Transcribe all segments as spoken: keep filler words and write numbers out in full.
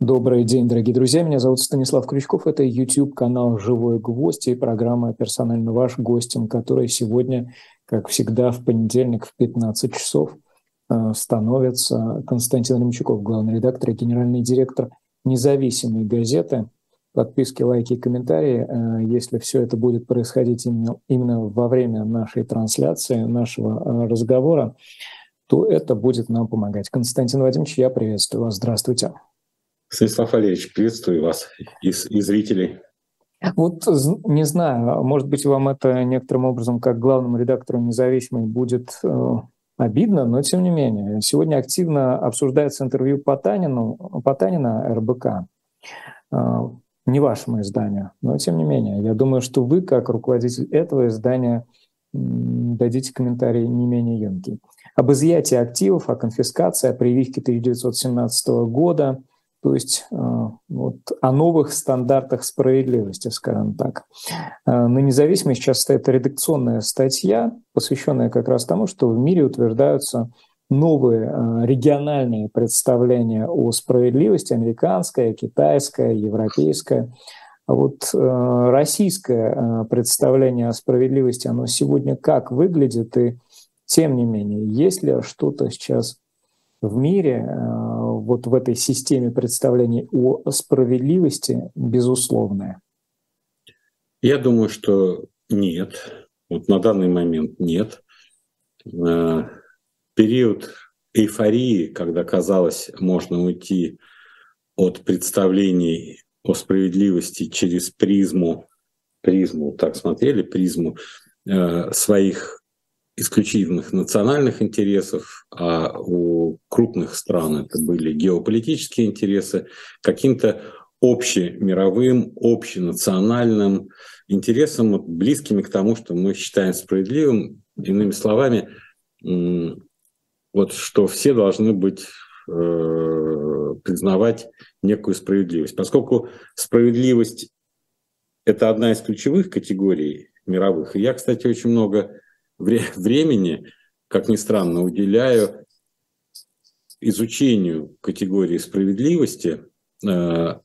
Добрый день, дорогие друзья. Меня зовут Станислав Крючков. Это YouTube-канал «Живой гвоздь» и программа «Персонально ваш», гостем которой сегодня, как всегда, в понедельник в пятнадцать часов э, становится Константин Ремчуков, главный редактор и генеральный директор независимой газеты. Подписки, лайки и комментарии, э, если все это будет происходить именно, именно во время нашей трансляции, нашего э, разговора, то это будет нам помогать. Константин Вадимович, я приветствую вас. Здравствуйте. Станислав Валерьевич, приветствую вас и, и зрителей. Вот не знаю, может быть, вам это некоторым образом, как главному редактору «Независимой», будет э, обидно, но тем не менее. Сегодня активно обсуждается интервью Потанину, Потанина эр бэ ка. Э, не вашему изданию, но тем не менее. Я думаю, что вы, как руководитель этого издания, дадите комментарий не менее емкий. Об изъятии активов, о конфискации, о прививке тысяча девятьсот семнадцатого года, то есть э, вот, о новых стандартах справедливости, скажем так. Э, на «Независимой» сейчас стоит редакционная статья, посвященная как раз тому, что в мире утверждаются новые э, региональные представления о справедливости, американское, китайское, европейское. А вот э, российское э, представление о справедливости, оно сегодня как выглядит, и тем не менее, есть ли что-то сейчас в мире, э, вот в этой системе представлений о справедливости, безусловное? Я думаю, что нет. Вот на данный момент нет. Период эйфории, когда казалось, можно уйти от представлений о справедливости через призму, призму, так смотрели, призму э, своих исключительных национальных интересов, а у крупных стран это были геополитические интересы, каким-то общемировым, общенациональным интересам, близкими к тому, что мы считаем справедливым. Иными словами, вот что все должны быть, э, признавать некую справедливость. Поскольку справедливость – это одна из ключевых категорий мировых, и я, кстати, очень много времени, как ни странно, уделяю изучению категории справедливости. Даже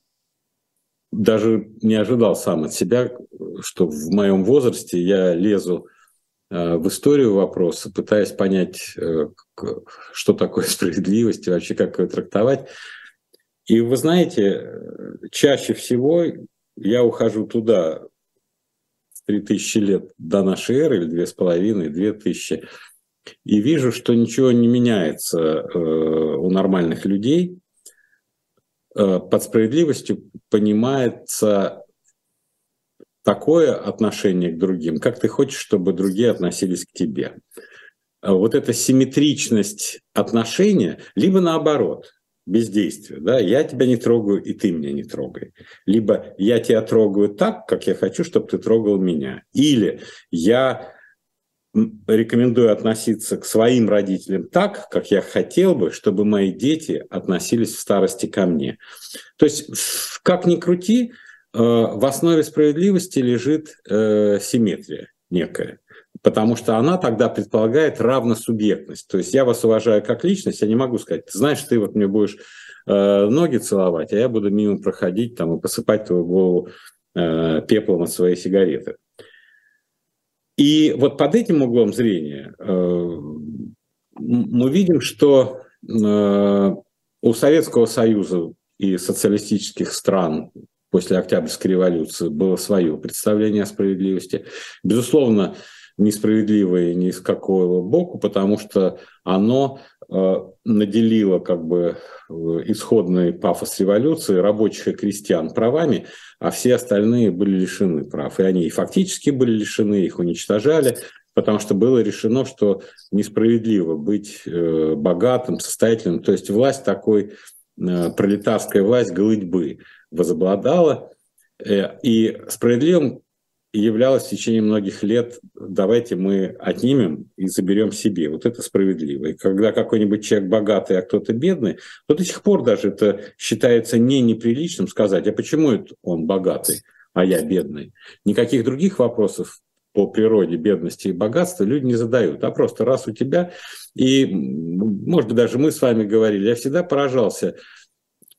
не ожидал сам от себя, что в моем возрасте я лезу в историю вопроса, пытаясь понять, что такое справедливость и вообще как ее трактовать. И вы знаете, чаще всего я ухожу туда, три тысячи лет до нашей эры, или две с половиной, две тысячи, и вижу, что ничего не меняется э, у нормальных людей. Э, под справедливостью понимается такое отношение к другим, как ты хочешь, чтобы другие относились к тебе. Вот эта симметричность отношения, либо наоборот, бездействие. Да? Я тебя не трогаю, и ты меня не трогай. Либо я тебя трогаю так, как я хочу, чтобы ты трогал меня. Или я рекомендую относиться к своим родителям так, как я хотел бы, чтобы мои дети относились в старости ко мне. То есть, как ни крути, в основе справедливости лежит симметрия некая. Потому что она тогда предполагает равносубъектность. То есть я вас уважаю как личность, я не могу сказать, ты знаешь, ты вот мне будешь э, ноги целовать, а я буду мимо проходить там, и посыпать твою голову э, пеплом от своей сигареты. И вот под этим углом зрения э, мы видим, что э, у Советского Союза и социалистических стран после Октябрьской революции было свое представление о справедливости. Безусловно, несправедливое ни с какого боку, потому что оно э, наделило как бы исходный пафос революции рабочих и крестьян правами, а все остальные были лишены прав. И они и фактически были лишены, их уничтожали, потому что было решено, что несправедливо быть э, богатым, состоятельным. То есть власть такой, э, пролетарская власть голытьбы возобладала, э, и справедливым являлось в течение многих лет, давайте мы отнимем и заберем себе. Вот это справедливо. И когда какой-нибудь человек богатый, а кто-то бедный, то до сих пор даже это считается не неприличным сказать, а почему это он богатый, а я бедный. Никаких других вопросов по природе бедности и богатства люди не задают, а просто раз у тебя. И, может быть, даже мы с вами говорили, я всегда поражался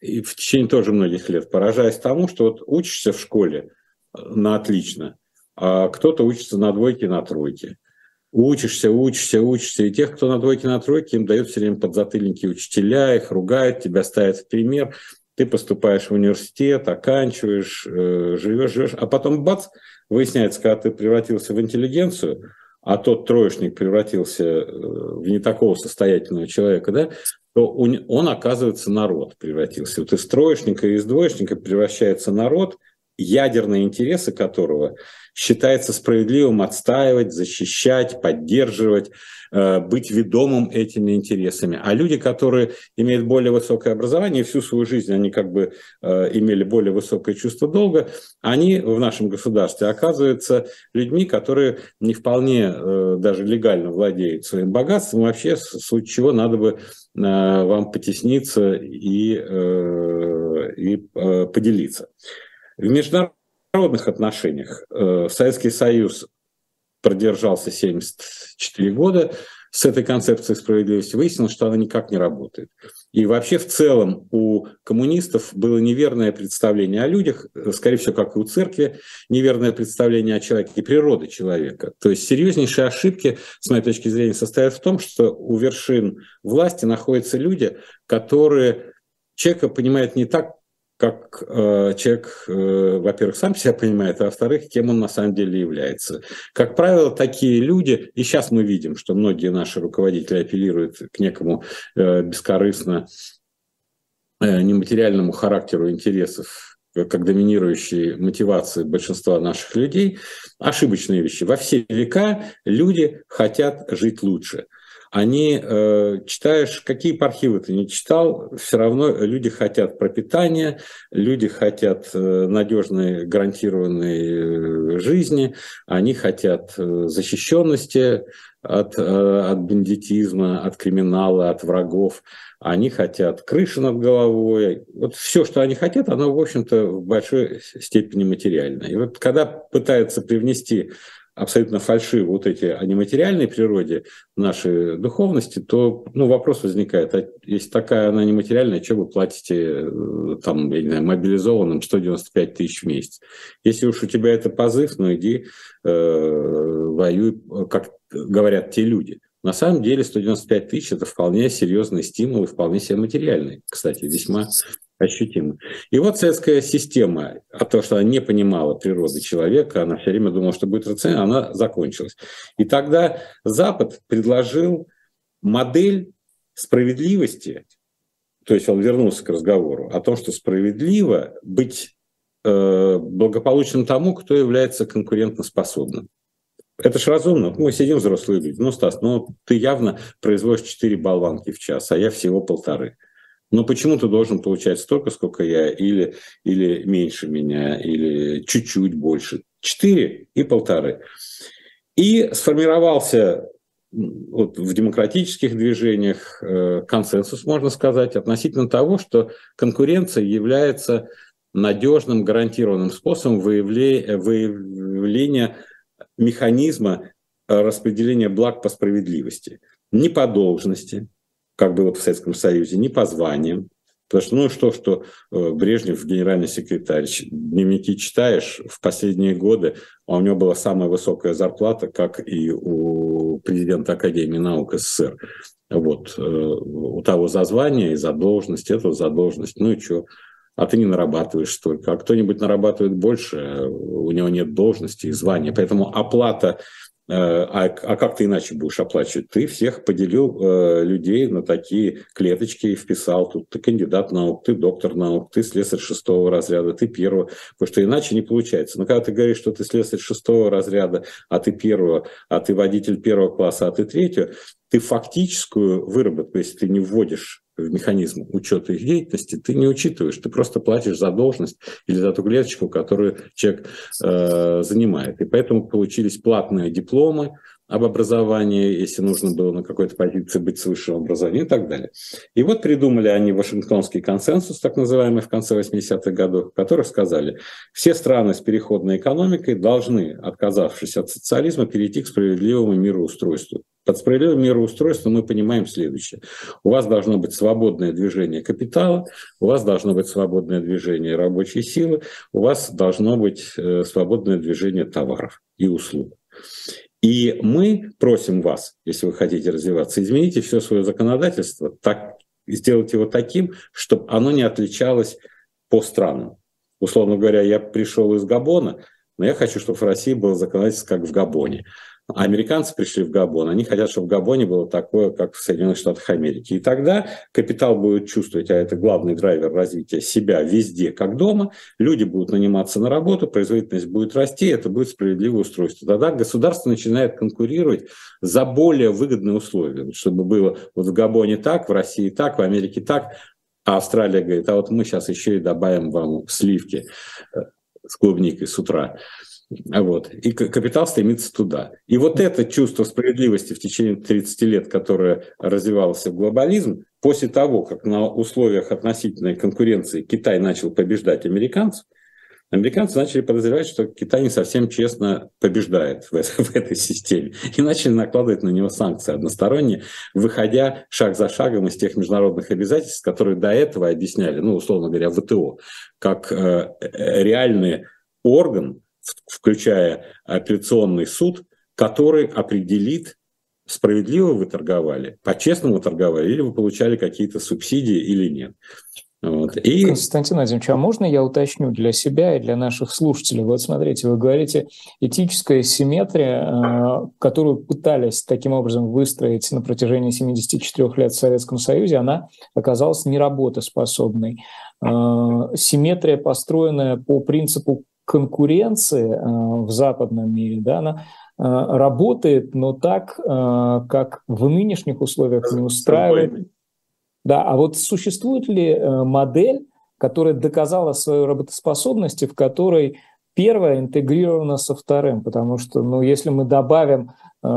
и в течение тоже многих лет, поражаясь тому, что вот учишься в школе на отлично, а кто-то учится на двойке, на тройке. Учишься, учишься, учишься, и тех, кто на двойке, на тройке, им дают все время подзатыльники учителя, их ругают, тебя ставят в пример, ты поступаешь в университет, оканчиваешь, э, живешь, живешь, а потом бац, выясняется, когда ты превратился в интеллигенцию, а тот троечник превратился в не такого состоятельного человека, да, то он, он, оказывается, народ превратился. Вот из троечника и из двоечника превращается народ, ядерные интересы которого считается справедливым отстаивать, защищать, поддерживать, э, быть ведомым этими интересами. А люди, которые имеют более высокое образование, и всю свою жизнь они как бы э, имели более высокое чувство долга, они в нашем государстве оказываются людьми, которые не вполне э, даже легально владеют своим богатством, вообще в случае чего надо бы э, вам потесниться и, э, и э, поделиться. В международных отношениях э, Советский Союз продержался семьдесят четыре года с этой концепцией справедливости, выяснилось, что она никак не работает. И вообще в целом у коммунистов было неверное представление о людях, скорее всего, как и у церкви, неверное представление о человеке и природе человека. То есть серьезнейшие ошибки, с моей точки зрения, состоят в том, что у вершин власти находятся люди, которые человека понимают не так, как э, человек, э, во-первых, сам себя понимает, а во-вторых, кем он на самом деле является. Как правило, такие люди, и сейчас мы видим, что многие наши руководители апеллируют к некому э, бескорыстно э, нематериальному характеру интересов, как доминирующей мотивации большинства наших людей, ошибочные вещи. Во все века люди хотят жить лучше. Они, э, читаешь, какие бы архивы ты ни читал, все равно люди хотят пропитания, люди хотят э, надежной, гарантированной жизни, они хотят э, защищенности от, э, от бандитизма, от криминала, от врагов, они хотят крыши над головой. Вот все, что они хотят, оно, в общем-то, в большой степени материально. И вот когда пытаются привнести абсолютно фальшивы вот эти о нематериальной природе нашей духовности, то ну, вопрос возникает, а если такая она нематериальная, что вы платите там, я не знаю, мобилизованным сто девяносто пять тысяч в месяц? Если уж у тебя это позыв, ну иди э, воюй, как говорят те люди. На самом деле сто девяносто пять тысяч – это вполне серьезный стимул и вполне себе материальный, кстати, весьма ощутимо. И вот советская система, от того, что она не понимала природы человека, она все время думала, что будет рационально, она закончилась. И тогда Запад предложил модель справедливости, то есть он вернулся к разговору о том, что справедливо быть э, благополучным тому, кто является конкурентоспособным. Это ж разумно. Мы сидим, взрослые люди. Ну, Стас, ну ты явно производишь четыре болванки в час, а я всего полторы. Но почему ты должен получать столько, сколько я, или, или меньше меня, или чуть-чуть больше? Четыре и полторы. И сформировался вот, в демократических движениях э, консенсус, можно сказать, относительно того, что конкуренция является надежным, гарантированным способом выявления, выявления механизма распределения благ по справедливости. Не по должности, как было в Советском Союзе, не по званиям. Потому что, ну что, что Брежнев, генеральный секретарь, дневники читаешь, в последние годы а у него была самая высокая зарплата, как и у президента Академии наук СССР. Вот. У того за звание и за должность, этого за должность. Ну и что? А ты не нарабатываешь столько. А кто-нибудь нарабатывает больше, у него нет должности и звания. Поэтому оплата... А, а как ты иначе будешь оплачивать? Ты всех поделил э, людей на такие клеточки и вписал. Тут ты кандидат наук, ты доктор наук, ты слесарь шестого разряда, ты первого. Потому что иначе не получается. Но когда ты говоришь, что ты слесарь шестого разряда, а ты первого, а ты водитель первого класса, а ты третьего, ты фактическую выработку, если ты не вводишь в механизм учета их деятельности, ты не учитываешь, ты просто платишь за должность или за ту клеточку, которую человек э, занимает. И поэтому получились платные дипломы об образовании, если нужно было на какой-то позиции быть с высшим образованием и так далее. И вот придумали они Вашингтонский консенсус, так называемый, в конце восьмидесятых годов, в которых сказали, все страны с переходной экономикой должны, отказавшись от социализма, перейти к справедливому мироустройству. Под справедливым мироустройством мы понимаем следующее. У вас должно быть свободное движение капитала, у вас должно быть свободное движение рабочей силы, у вас должно быть свободное движение товаров и услуг. И мы просим вас, если вы хотите развиваться, измените все свое законодательство, так, сделайте его таким, чтобы оно не отличалось по странам. Условно говоря, я пришел из Габона, но я хочу, чтобы в России было законодательство, как в Габоне. А американцы пришли в Габон, они хотят, чтобы в Габоне было такое, как в Соединенных Штатах Америки. И тогда капитал будет чувствовать, а это главный драйвер развития, себя везде, как дома. Люди будут наниматься на работу, производительность будет расти, это будет справедливое устройство. Тогда государство начинает конкурировать за более выгодные условия. Чтобы было вот в Габоне так, в России так, в Америке так. А Австралия говорит, а вот мы сейчас еще и добавим вам сливки с клубникой с утра. Вот. И капитал стремится туда. И вот это чувство справедливости в течение тридцати лет, которое развивалось в глобализм, после того, как на условиях относительной конкуренции Китай начал побеждать американцев, американцы начали подозревать, что Китай не совсем честно побеждает в, это, в этой системе. И начали накладывать на него санкции односторонние, выходя шаг за шагом из тех международных обязательств, которые до этого объясняли, ну, условно говоря, ВТО, как э, реальный орган, включая апелляционный суд, который определит, справедливо вы торговали, по-честному торговали, или вы получали какие-то субсидии или нет. Вот. И... Константин Владимирович, а можно я уточню для себя и для наших слушателей? Вот смотрите, вы говорите, этическая симметрия, которую пытались таким образом выстроить на протяжении семидесяти четырёх лет в Советском Союзе, она оказалась неработоспособной. Симметрия, построенная по принципу конкуренции в западном мире, да, она работает, но так, как в нынешних условиях не устраивает. Да, а вот существует ли модель, которая доказала свою работоспособность, и в которой первое интегрировано со вторым? Потому что, ну, если мы добавим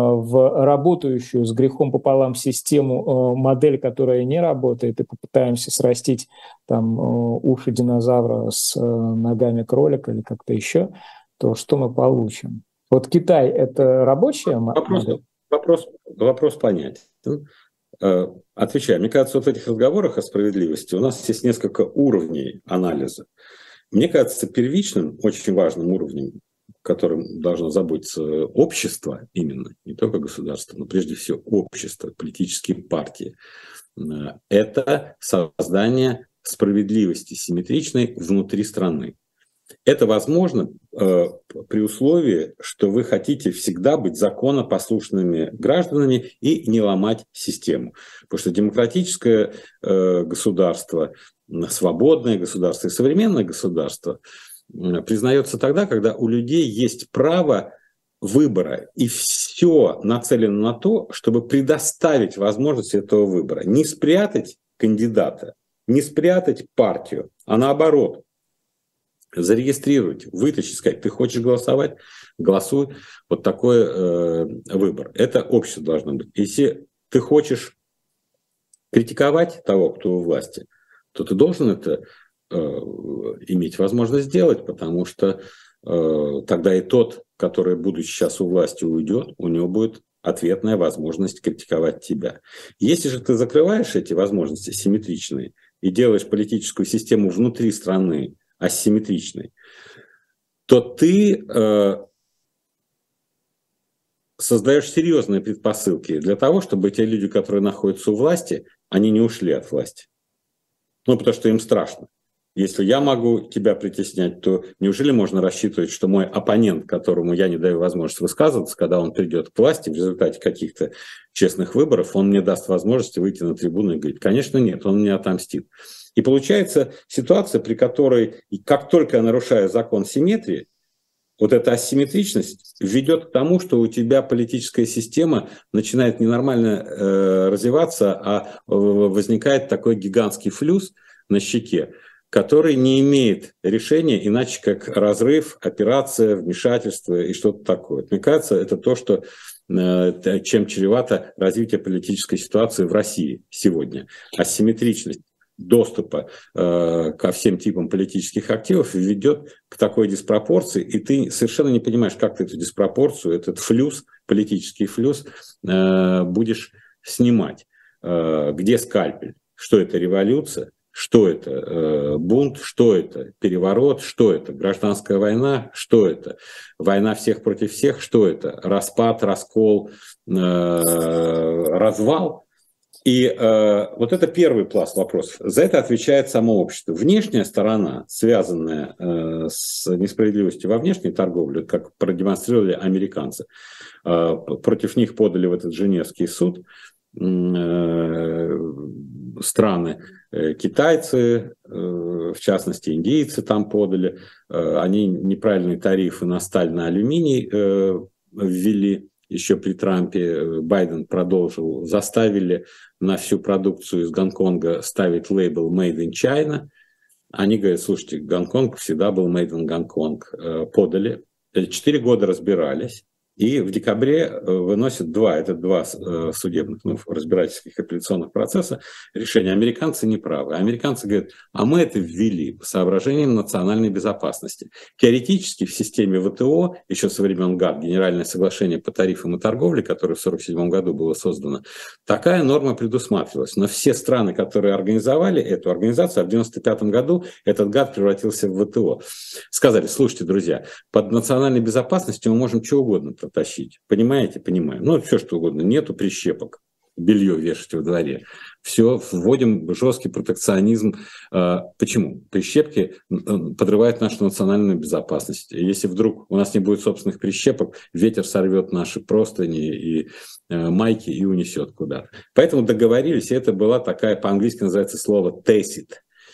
в работающую с грехом пополам систему модель, которая не работает, и попытаемся срастить там уши динозавра с ногами кролика или как-то еще, то что мы получим? Вот Китай – это рабочая вопрос, модель? Вопрос, вопрос понятен. Отвечаю. Мне кажется, вот в этих разговорах о справедливости у нас есть несколько уровней анализа. Мне кажется, первичным, очень важным уровнем, которым должно заботиться общество именно, не только государство, но прежде всего общество, политические партии, это создание справедливости симметричной внутри страны. Это возможно э, при условии, что вы хотите всегда быть законопослушными гражданами и не ломать систему. Потому что демократическое э, государство, свободное государство и современное государство э, признается тогда, когда у людей есть право выбора, и все нацелено на то, чтобы предоставить возможность этого выбора. Не спрятать кандидата, не спрятать партию, а наоборот, зарегистрировать, вытащить, сказать, ты хочешь голосовать, голосуй. Вот такой э, выбор. Это общество должно быть. Если ты хочешь критиковать того, кто у власти, то ты должен это э, иметь возможность сделать, потому что э, тогда и тот, который, будучи сейчас у власти, уйдет, у него будет ответная возможность критиковать тебя. Если же ты закрываешь эти возможности симметричные и делаешь политическую систему внутри страны асимметричной, то ты э, создаешь серьезные предпосылки для того, чтобы те люди, которые находятся у власти, они не ушли от власти. Ну, потому что им страшно. Если я могу тебя притеснять, то неужели можно рассчитывать, что мой оппонент, которому я не даю возможность высказываться, когда он придет к власти в результате каких-то честных выборов, он мне даст возможность выйти на трибуну и говорить, конечно, нет, он мне отомстит. И получается ситуация, при которой, как только я нарушаю закон симметрии, вот эта асимметричность ведет к тому, что у тебя политическая система начинает ненормально э, развиваться, а возникает такой гигантский флюс на щеке, который не имеет решения иначе, как разрыв, операция, вмешательство и что-то такое. Мне кажется, это то, что, чем чревато развитие политической ситуации в России сегодня. Асимметричность доступа э, ко всем типам политических активов ведет к такой диспропорции, и ты совершенно не понимаешь, как ты эту диспропорцию, этот флюс, политический флюс, э, будешь снимать. Э, где скальпель? Что это революция? Что это э, бунт? Что это переворот? Что это гражданская война? Что это война всех против всех? Что это распад, раскол, э, развал? И э, вот это первый пласт вопросов. За это отвечает само общество. Внешняя сторона, связанная э, с несправедливостью во внешней торговле, как продемонстрировали американцы, э, против них подали в этот Женевский суд э, страны, э, китайцы, э, в частности индийцы там подали, э, они неправильные тарифы на сталь, на алюминий э, ввели. Еще при Трампе, Байден продолжил, заставили на всю продукцию из Гонконга ставить лейбл «Made in China». Они говорят, слушайте, Гонконг всегда был «Made in Гонконг». Подали, четыре года разбирались, и в декабре выносят два, это два судебных, ну, разбирательских апелляционных процесса, решения. Американцы не правы. Американцы говорят, а мы это ввели по соображениям национальной безопасности. Теоретически в системе ВТО, еще со времен ГАТТ, Генеральное соглашение по тарифам и торговле, которое в сорок седьмом году было создано, такая норма предусматривалась. Но все страны, которые организовали эту организацию, а в девяносто пятом году этот ГАТТ превратился в ВТО, сказали, слушайте, друзья, под национальной безопасностью мы можем что угодно тащить. Понимаете? Понимаем. Ну, все что угодно. Нету прищепок. Белье вешать во дворе. Все, вводим жесткий протекционизм. Почему? Прищепки подрывают нашу национальную безопасность. Если вдруг у нас не будет собственных прищепок, ветер сорвет наши простыни и майки и унесет куда-то. Поэтому договорились, и это была такая, по-английски называется слово tacit.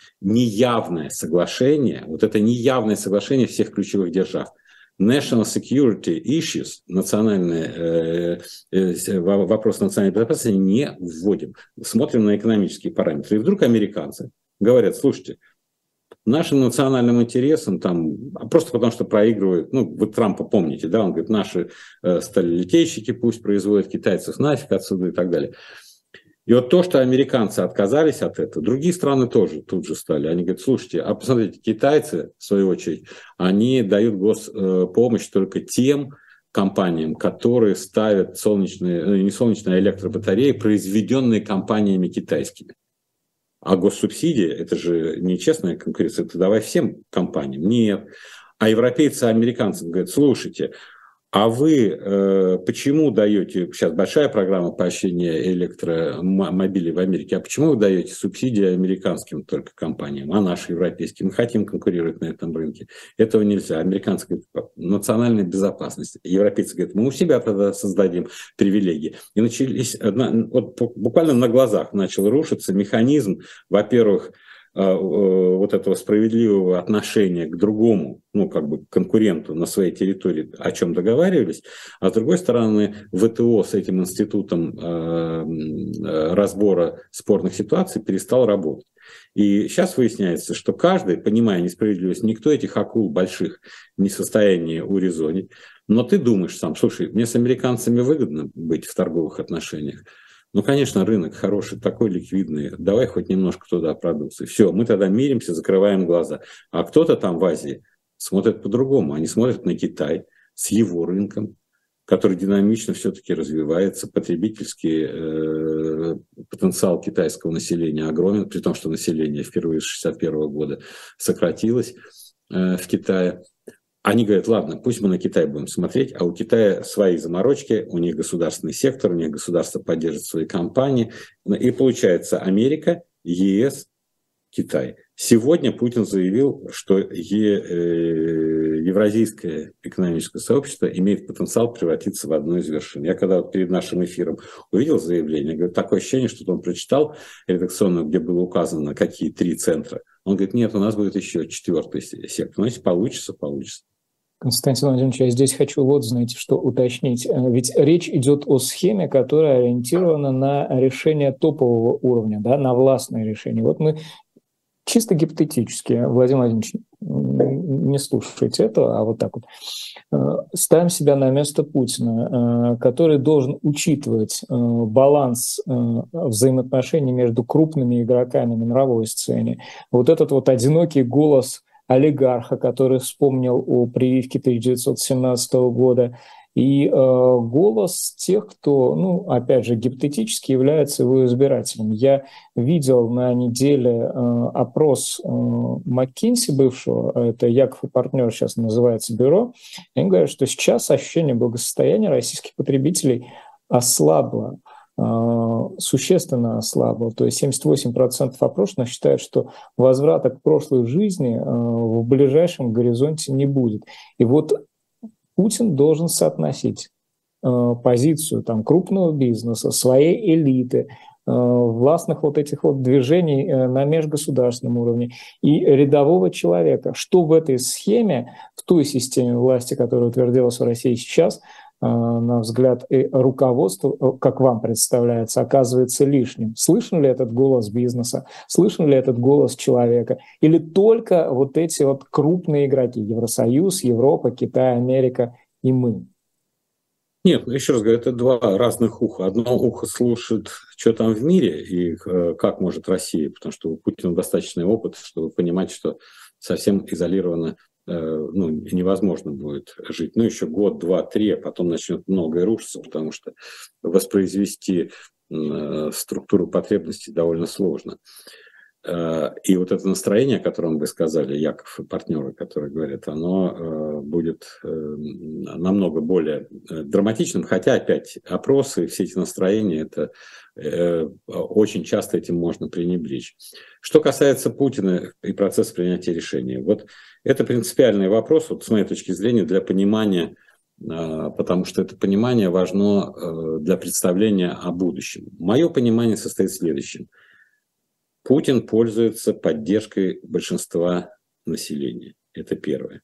Неявное соглашение, вот это неявное соглашение всех ключевых держав. National security issues, национальные, э, э, вопрос национальной безопасности не вводим. Смотрим на экономические параметры. И вдруг американцы говорят, слушайте, нашим национальным интересам, там, просто потому что проигрывают, ну, вы Трампа помните, да, он говорит, наши э, сталелитейщики пусть производят, китайцев нафиг отсюда и так далее. И вот то, что американцы отказались от этого, другие страны тоже тут же стали. Они говорят, слушайте, а посмотрите, китайцы, в свою очередь, они дают госпомощь только тем компаниям, которые ставят солнечные, не солнечные, а электробатареи, произведенные компаниями китайскими. А госсубсидии, это же не честная конкуренция, это давай всем компаниям. Нет. А европейцы, американцы говорят, слушайте, а вы э, почему даете, сейчас большая программа поощрения электромобилей в Америке, а почему вы даете субсидии американским только компаниям, а наши европейские? Мы хотим конкурировать на этом рынке. Этого нельзя. Американцы говорят, национальная безопасность. Европейцы говорят, мы у себя тогда создадим привилегии. И начались, вот буквально на глазах начал рушиться механизм, во-первых, вот этого справедливого отношения к другому, ну, как бы конкуренту на своей территории, о чем договаривались, а с другой стороны, ВТО с этим институтом э, разбора спорных ситуаций перестал работать. И сейчас выясняется, что каждый, понимая несправедливость, никто этих акул больших не в состоянии урезонить, но ты думаешь сам, слушай, мне с американцами выгодно быть в торговых отношениях. Ну, конечно, рынок хороший, такой ликвидный, давай хоть немножко туда продукции. Все, мы тогда миримся, закрываем глаза. А кто-то там в Азии смотрит по-другому. Они смотрят на Китай с его рынком, который динамично все-таки развивается. Потребительский э, потенциал китайского населения огромен, при том, что население впервые с шестьдесят первого года сократилось э, в Китае. Они говорят, ладно, пусть мы на Китай будем смотреть, а у Китая свои заморочки, у них государственный сектор, у них государство поддерживает свои компании. И получается Америка, ЕС, Китай. Сегодня Путин заявил, что Евразийское экономическое сообщество имеет потенциал превратиться в одну из вершин. Я когда вот перед нашим эфиром увидел заявление, говорю, такое ощущение, что он прочитал редакционно, где было указано, какие три центра. Он говорит, нет, у нас будет еще четвертый сектор. Ну, если получится, получится. Константин Владимирович, я здесь хочу вот, знаете, что уточнить. Ведь речь идет о схеме, которая ориентирована на решение топового уровня, да, на властное решение. Вот мы чисто гипотетически, Владимир Владимирович, не слушайте этого, а вот так вот. Ставим себя на место Путина, который должен учитывать баланс взаимоотношений между крупными игроками на мировой сцене. Вот этот вот одинокий голос олигарха, который вспомнил о прививке тысяча девятьсот семнадцатого года, и э, голос тех, кто, ну, опять же, гипотетически является его избирателем. Я видел на неделе э, опрос э, McKinsey бывшего, это Яков и партнер сейчас называется бюро, и они говорят, что сейчас ощущение благосостояния российских потребителей ослабло, существенно ослабло. То есть семьдесят восемь процентов опрошенных считают, что возврата к прошлой жизни в ближайшем горизонте не будет. И вот Путин должен соотносить позицию там, крупного бизнеса, своей элиты, властных вот этих вот движений на межгосударственном уровне и рядового человека. Что в этой схеме, в той системе власти, которая утвердилась в России сейчас, на взгляд и руководства, как вам представляется, оказывается лишним? Слышен ли этот голос бизнеса? Слышен ли этот голос человека? Или только вот эти вот крупные игроки? Евросоюз, Европа, Китай, Америка и мы? Нет, еще раз говорю, это два разных уха. Одно ухо слушает, что там в мире и как может Россия, потому что у Путина достаточный опыт, чтобы понимать, что совсем изолированно ну, невозможно будет жить. Ну, еще год, два, три, а потом начнет многое рушиться, потому что воспроизвести структуру потребностей довольно сложно. И вот это настроение, о котором вы сказали, Яков и партнеры, которые говорят, оно будет намного более драматичным, хотя опять опросы, все эти настроения, это очень часто этим можно пренебречь. Что касается Путина и процесса принятия решений, вот это принципиальный вопрос, вот с моей точки зрения, для понимания, потому что это понимание важно для представления о будущем. Мое понимание состоит в следующем. Путин пользуется поддержкой большинства населения. Это первое.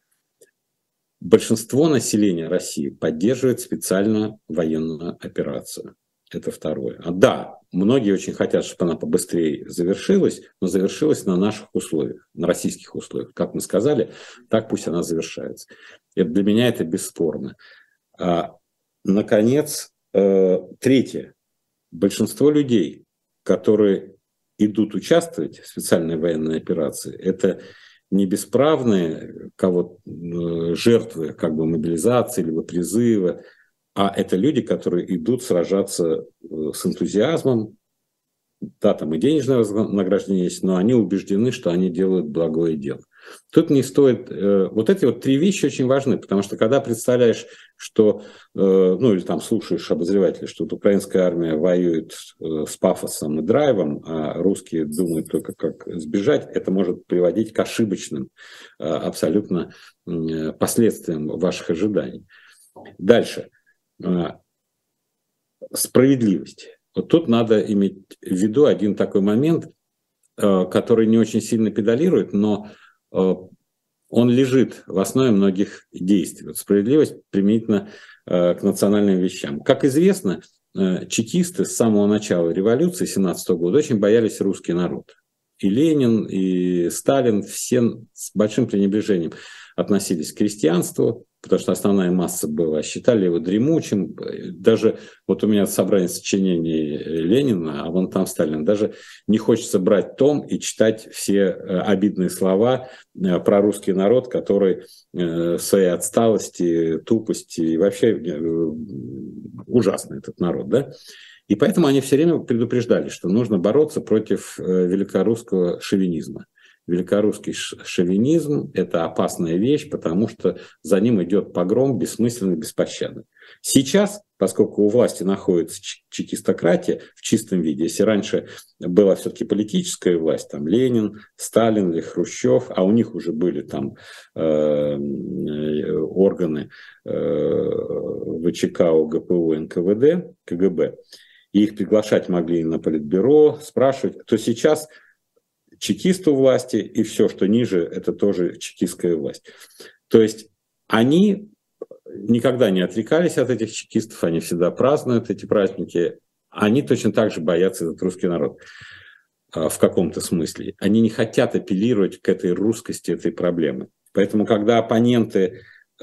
Большинство населения России поддерживает специальную военную операцию. Это второе. А да, многие очень хотят, чтобы она побыстрее завершилась, но завершилась на наших условиях, на российских условиях. Как мы сказали, так пусть она завершается. И для меня это бесспорно. А, наконец, э, третье. Большинство людей, которые идут участвовать в специальной военной операции, это не бесправные кого жертвы как бы мобилизации либо призыва, а это люди, которые идут сражаться с энтузиазмом. Да, там и денежное вознаграждение есть, но они убеждены, что они делают благое дело. Тут не стоит... Э, вот эти вот три вещи очень важны, потому что когда представляешь, что... Э, ну, или там слушаешь обозревателей, что вот украинская армия воюет э, с пафосом и драйвом, а русские думают только, как сбежать, это может приводить к ошибочным э, абсолютно э, последствиям ваших ожиданий. Дальше. Э, справедливость. Вот тут надо иметь в виду один такой момент, э, который не очень сильно педалирует, но он лежит в основе многих действий. Вот справедливость применительно э, к национальным вещам. Как известно, э, чекисты с самого начала революции семнадцатого года очень боялись русский народ. И Ленин, и Сталин все с большим пренебрежением относились к крестьянству, потому что основная масса была, считали его дремучим. Даже вот у меня собрание сочинений Ленина, а вон там Сталин, даже не хочется брать том и читать все обидные слова про русский народ, который в своей отсталости, тупости, и вообще ужасный этот народ, да? И поэтому они все время предупреждали, что нужно бороться против великорусского шовинизма. Великорусский шовинизм – это опасная вещь, потому что за ним идет погром бессмысленный, беспощадный. Сейчас, поскольку у власти находится чекистократия в чистом виде, если раньше была все-таки политическая власть, там Ленин, Сталин или Хрущев, а у них уже были там э, органы э, ВЧК, ОГПУ, эн ка вэ дэ, ка гэ бэ, и их приглашать могли на политбюро, спрашивать, то сейчас чекисты у власти, и все, что ниже, это тоже чекистская власть. То есть они никогда не отрекались от этих чекистов, они всегда празднуют эти праздники, они точно так же боятся этот русский народ. в каком-то смысле. Они не хотят апеллировать к этой русскости этой проблемы. Поэтому, когда оппоненты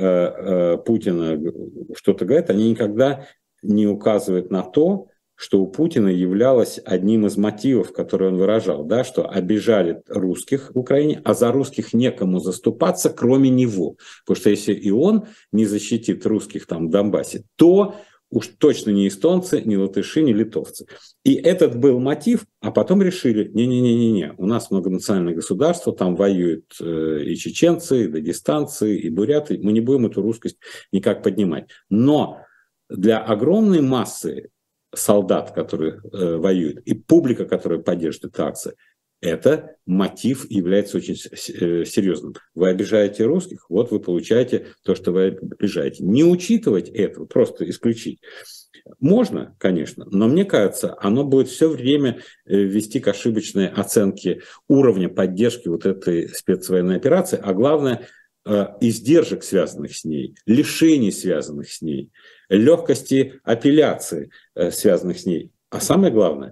Путина что-то говорят, они никогда не указывают на то, что у Путина являлось одним из мотивов, которые он выражал, да, что обижали русских в Украине, а за русских некому заступаться, кроме него. Потому что если и он не защитит русских там в Донбассе, то уж точно не эстонцы, не латыши, не литовцы. И этот был мотив, а потом решили, не-не-не-не, у нас многонациональное государство, там воюют э, и чеченцы, и дагестанцы, и буряты, мы не будем эту русскость никак поднимать. Но для огромной массы солдат, которые э, воюют, и публика, которая поддерживает эту акцию, это мотив является очень серьезным. Вы обижаете русских, вот вы получаете то, что вы обижаете. Не учитывать этого, просто исключить. Можно, конечно, но мне кажется, оно будет все время вести к ошибочной оценке уровня поддержки вот этой спецвоенной операции, а главное, издержек, связанных с ней, лишений, связанных с ней, легкости апелляции, связанных с ней. А самое главное,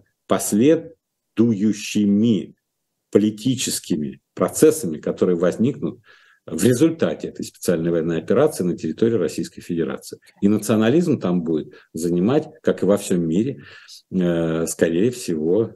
последующими политическими процессами, которые возникнут в результате этой специальной военной операции на территории Российской Федерации. И национализм там будет занимать, как и во всем мире, скорее всего,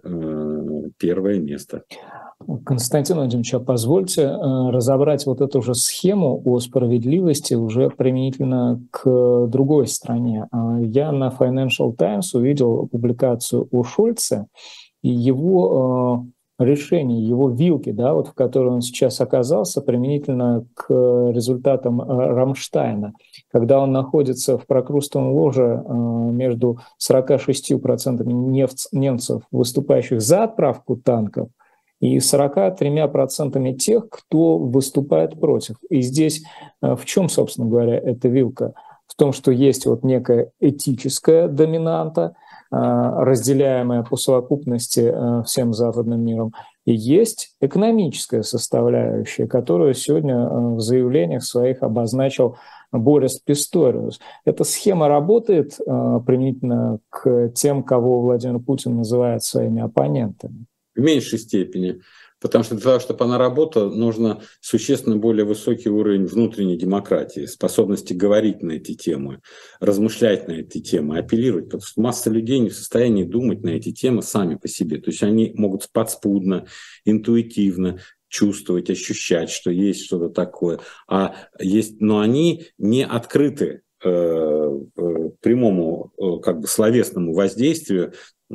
первое место. Константин Владимирович, а позвольте разобрать вот эту же схему о справедливости уже применительно к другой стране. Я на Financial Times увидел публикацию о Шольце и его решение, его вилки, да, вот в которой он сейчас оказался, применительно к результатам Рамштайна, когда он находится в прокрустовом ложе между сорок шесть процентов немцев, выступающих за отправку танков, и сорок три процента тех, кто выступает против. И здесь в чем, собственно говоря, эта вилка? В том, что есть вот некая этическая доминанта, разделяемая по совокупности всем западным миром, и есть экономическая составляющая, которую сегодня в заявлениях своих обозначил Борис Писториус. Эта схема работает применительно к тем, кого Владимир Путин называет своими оппонентами? В меньшей степени. Потому что для того, чтобы она работала, нужно существенно более высокий уровень внутренней демократии, способности говорить на эти темы, размышлять на эти темы, апеллировать. Потому что масса людей не в состоянии думать на эти темы сами по себе. То есть они могут подспудно, интуитивно чувствовать, ощущать, что есть что-то такое. А есть, но они не открыты э, э, прямому э, как бы словесному воздействию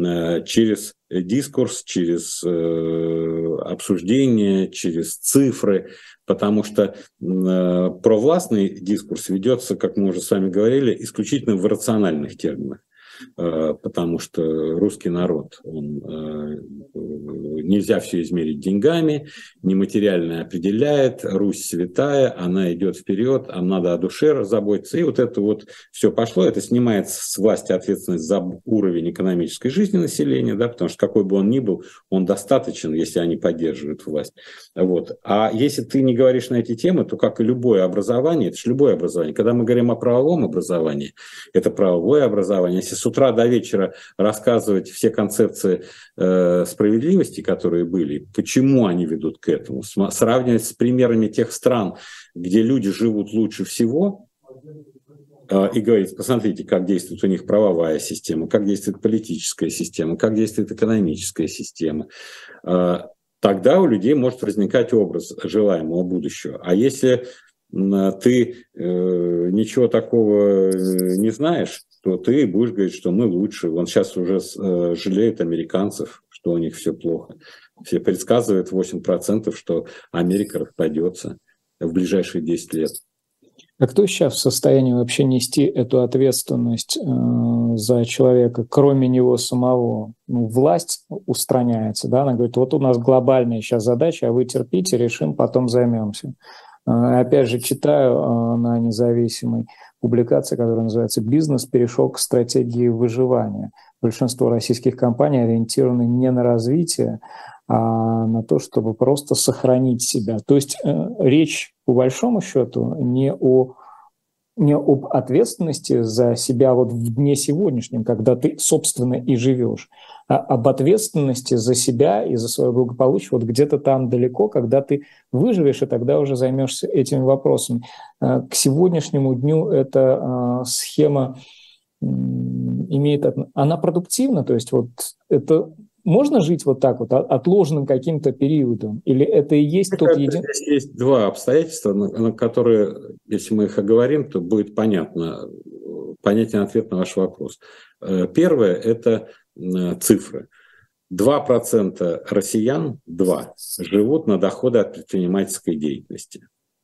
через дискурс, через э, обсуждение, через цифры, потому что э, провластный дискурс ведется, как мы уже с вами говорили, исключительно в рациональных терминах, э, потому что русский народ, он, э, нельзя все измерить деньгами, нематериальное определяет, Русь святая, она идет вперед, а надо о душе заботиться, и вот это вот все пошло, это снимает с власти ответственность за уровень экономической жизни населения, да, потому что какой бы он ни был, он достаточен, если они поддерживают власть. Вот. А если ты не говоришь на эти темы, то, как и любое образование, это же любое образование, когда мы говорим о правовом образовании, это правовое образование, если с утра до вечера рассказывать все концепции э, справедливости, которые были, почему они ведут к этому, сравнивать с примерами тех стран, где люди живут лучше всего, и говорить, посмотрите, как действует у них правовая система, как действует политическая система, как действует экономическая система, тогда у людей может возникать образ желаемого будущего. А если ты ничего такого не знаешь, то ты будешь говорить, что мы лучше. Вон сейчас уже жалеют американцев, что у них все плохо. Все предсказывают восемь процентов, что Америка распадется в ближайшие десять лет. А кто сейчас в состоянии вообще нести эту ответственность э, за человека, кроме него самого? Ну, власть устраняется, да, она говорит, вот у нас глобальная сейчас задача, а вы терпите, решим, потом займемся. Э, опять же, читаю э, на независимой публикации, которая называется «Бизнес перешел к стратегии выживания». Большинство российских компаний ориентированы не на развитие, а на то, чтобы просто сохранить себя. То есть э, речь, по большому счету, не о не об ответственности за себя вот в дне сегодняшнем, когда ты, собственно, и живешь, а об ответственности за себя и за свое благополучие вот где-то там далеко, когда ты выживешь, и тогда уже займешься этими вопросами. К сегодняшнему дню эта схема имеет... Она продуктивна, то есть вот это... Можно жить вот так вот, отложенным каким-то периодом? Или это и есть тот единственный... Здесь есть два обстоятельства, на которые, если мы их оговорим, то будет понятно, понятен ответ на ваш вопрос. Первое – это цифры. два процента россиян, два, живут на доходы от предпринимательской деятельности.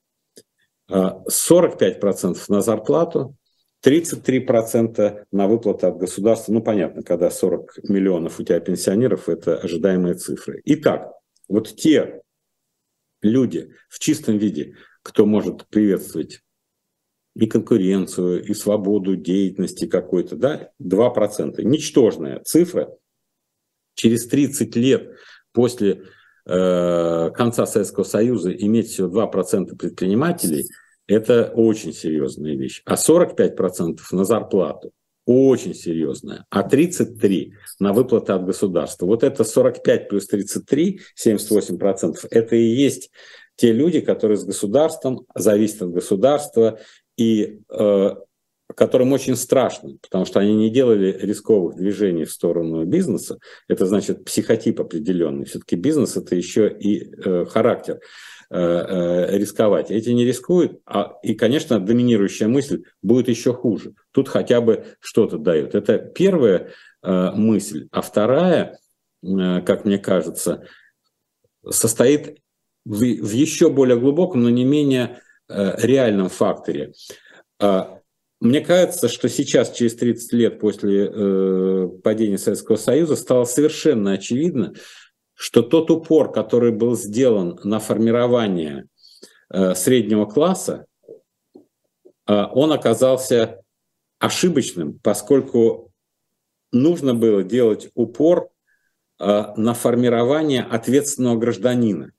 сорок пять процентов на зарплату, тридцать три процента на выплаты от государства. Ну, понятно, когда сорок миллионов у тебя пенсионеров, это ожидаемые цифры. Итак, вот те люди в чистом виде, кто может приветствовать и конкуренцию, и свободу деятельности какой-то, да, два процента. Ничтожная цифра. Через тридцать лет после э, конца Советского Союза иметь всего два процента предпринимателей – это очень серьезная вещь. А сорок пять процентов на зарплату – очень серьезная. А тридцать три процента на выплаты от государства. Вот это сорок пять плюс тридцать три – семьдесят восемь процентов. Это и есть те люди, которые с государством, зависят от государства, и э, которым очень страшно, потому что они не делали рисковых движений в сторону бизнеса. Это значит психотип определенный. Все-таки бизнес – это еще и э, характер. Рисковать. Эти не рискуют, а, и, конечно, доминирующая мысль будет еще хуже. Тут хотя бы что-то дают. Это первая э, мысль. А вторая, э, как мне кажется, состоит в, в еще более глубоком, но не менее э, реальном факторе. Э, мне кажется, что сейчас, через тридцать лет после э, падения Советского Союза, стало совершенно очевидно, что тот упор, который был сделан на формирование э, среднего класса, э, он оказался ошибочным, поскольку нужно было делать упор э, на формирование ответственного гражданина.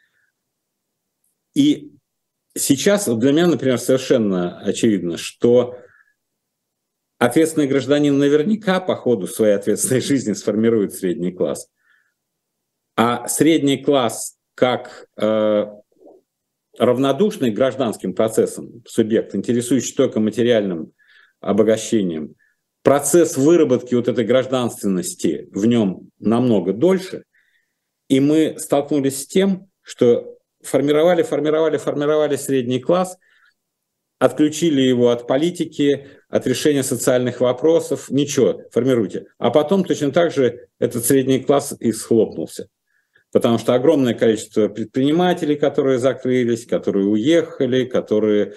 И сейчас для меня, например, совершенно очевидно, что ответственный гражданин наверняка по ходу своей ответственной жизни сформирует средний класс. А средний класс, как э, равнодушный к гражданским процессам субъект, интересующий только материальным обогащением, процесс выработки вот этой гражданственности в нем намного дольше. И мы столкнулись с тем, что формировали, формировали, формировали средний класс, отключили его от политики, от решения социальных вопросов, ничего, формируйте. А потом точно так же этот средний класс и схлопнулся. Потому что огромное количество предпринимателей, которые закрылись, которые уехали, которые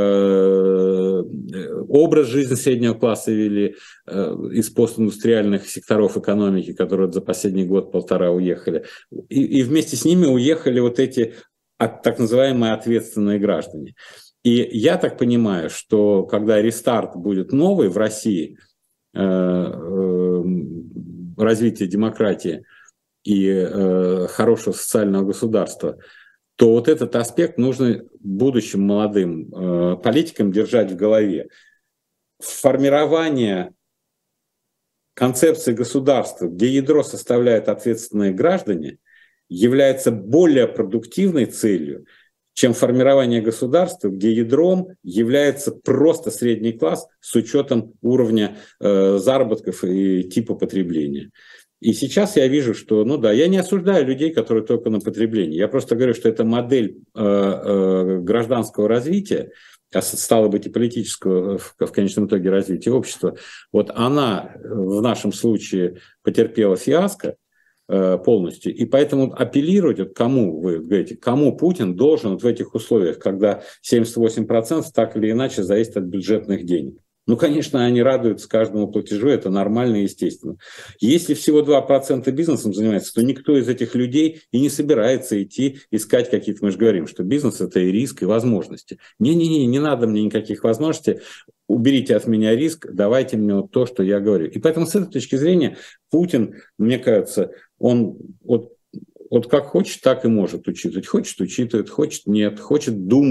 э, образ жизни среднего класса вели э, из постиндустриальных секторов экономики, которые за последний год-полтора уехали. И, и вместе с ними уехали вот эти от, так называемые ответственные граждане. И я так понимаю, что когда рестарт будет новый в России, э, э, развитие демократии, и э, хорошего социального государства, то вот этот аспект нужно будущим молодым э, политикам держать в голове. Формирование концепции государства, где ядро составляют ответственные граждане, является более продуктивной целью, чем формирование государства, где ядром является просто средний класс с учетом уровня э, заработков и типа потребления. И сейчас я вижу, что, ну да, я не осуждаю людей, которые только на потреблении. Я просто говорю, что эта модель э, э, гражданского развития, а стало быть и политического в, в конечном итоге развития общества, вот она в нашем случае потерпела фиаско э, полностью. И поэтому апеллировать, вот кому вы говорите, кому Путин должен вот в этих условиях, когда семьдесят восемь процентов так или иначе зависит от бюджетных денег. Ну, конечно, они радуются каждому платежу, это нормально и естественно. Если всего два процента бизнесом занимается, то никто из этих людей и не собирается идти искать какие-то, мы же говорим, что бизнес – это и риск, и возможности. Не-не-не, не надо мне никаких возможностей, уберите от меня риск, давайте мне вот то, что я говорю. И поэтому с этой точки зрения Путин, мне кажется, он вот, вот как хочет, так и может учитывать. Хочет – учитывает, хочет – нет, хочет думать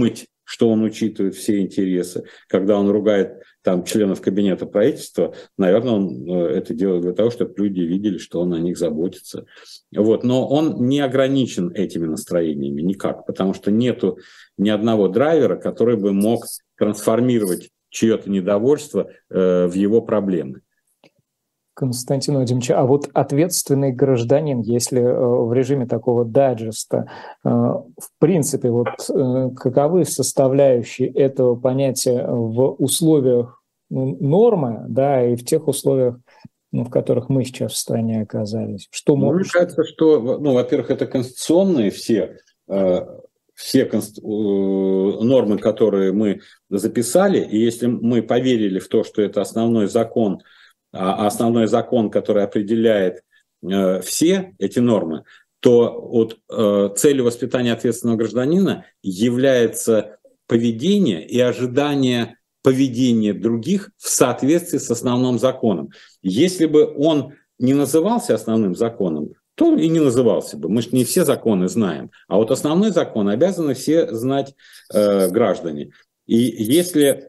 что он учитывает все интересы. Когда он ругает там членов кабинета правительства, наверное, он это делает для того, чтобы люди видели, что он о них заботится. Вот. Но он не ограничен этими настроениями никак, потому что нету ни одного драйвера, который бы мог трансформировать чье-то недовольство э, в его проблемы. Константин Владимирович, а вот ответственный гражданин, если э, в режиме такого дайджеста, э, в принципе, вот э, каковы составляющие этого понятия в условиях ну, нормы, да, и в тех условиях, ну, в которых мы сейчас в стране оказались? Что ну, мы... Мне кажется, что, ну, во-первых, это конституционные все, э, все конст... э, нормы, которые мы записали, и если мы поверили в то, что это основной закон, а основной закон, который определяет э, все эти нормы, то вот, э, целью воспитания ответственного гражданина является поведение и ожидание поведения других в соответствии с основным законом. Если бы он не назывался основным законом, то и не назывался бы. Мы же не все законы знаем. А вот основной закон обязаны все знать э, граждане. И если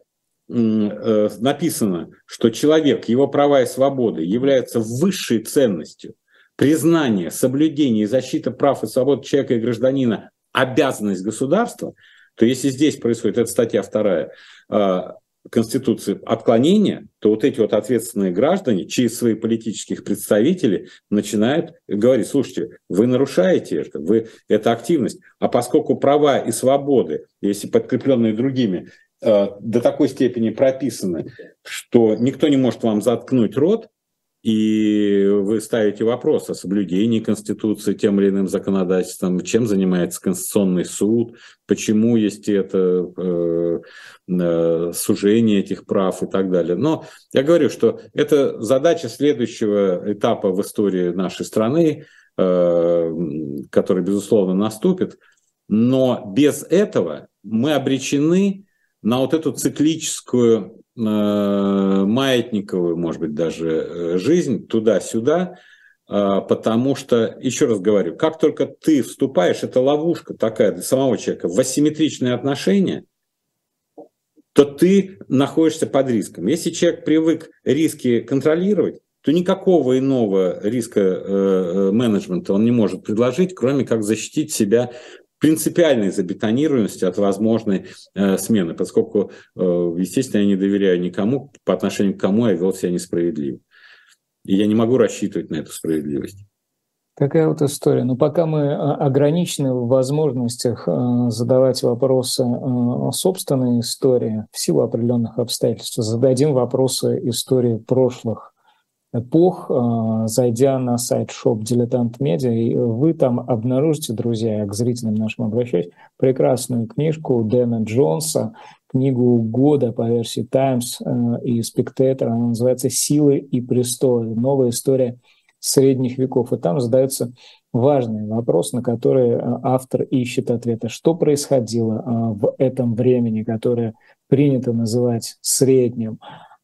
написано, что человек, его права и свободы являются высшей ценностью, признание, соблюдение и защита прав и свобод человека и гражданина обязанность государства, то если здесь происходит, это статья вторая Конституции, отклонение, то вот эти вот ответственные граждане через своих политических представителей начинают говорить: слушайте, вы нарушаете это, вы, это активность, а поскольку права и свободы, если подкрепленные другими, до такой степени прописаны, что никто не может вам заткнуть рот, и вы ставите вопрос о соблюдении Конституции тем или иным законодательством, чем занимается Конституционный суд, почему есть это э, э, сужение этих прав и так далее. Но я говорю, что это задача следующего этапа в истории нашей страны, э, который, безусловно, наступит, но без этого мы обречены на вот эту циклическую, э, маятниковую, может быть, даже э, жизнь туда-сюда, э, потому что, еще раз говорю, как только ты вступаешь, это ловушка такая для самого человека, в асимметричные отношения, то ты находишься под риском. Если человек привык риски контролировать, то никакого иного риска э, менеджмента он не может предложить, кроме как защитить себя принципиальной забетонированности от возможной э, смены, поскольку, э, естественно, я не доверяю никому, по отношению к кому я вел себя несправедливо. И я не могу рассчитывать на эту справедливость. Такая вот история. Но пока мы ограничены в возможностях э, задавать вопросы э, собственной истории в силу определенных обстоятельств, зададим вопросы истории прошлых эпох, зайдя на сайт Shop Dilettant Media, и вы там обнаружите, друзья, я к зрителям нашим обращаюсь, прекрасную книжку Дэна Джонса, книгу года по версии Times и Spectator, она называется «Силы и престолы. Новая история средних веков». И там задается важный вопрос, на который автор ищет ответа. Что происходило в этом времени, которое принято называть средним?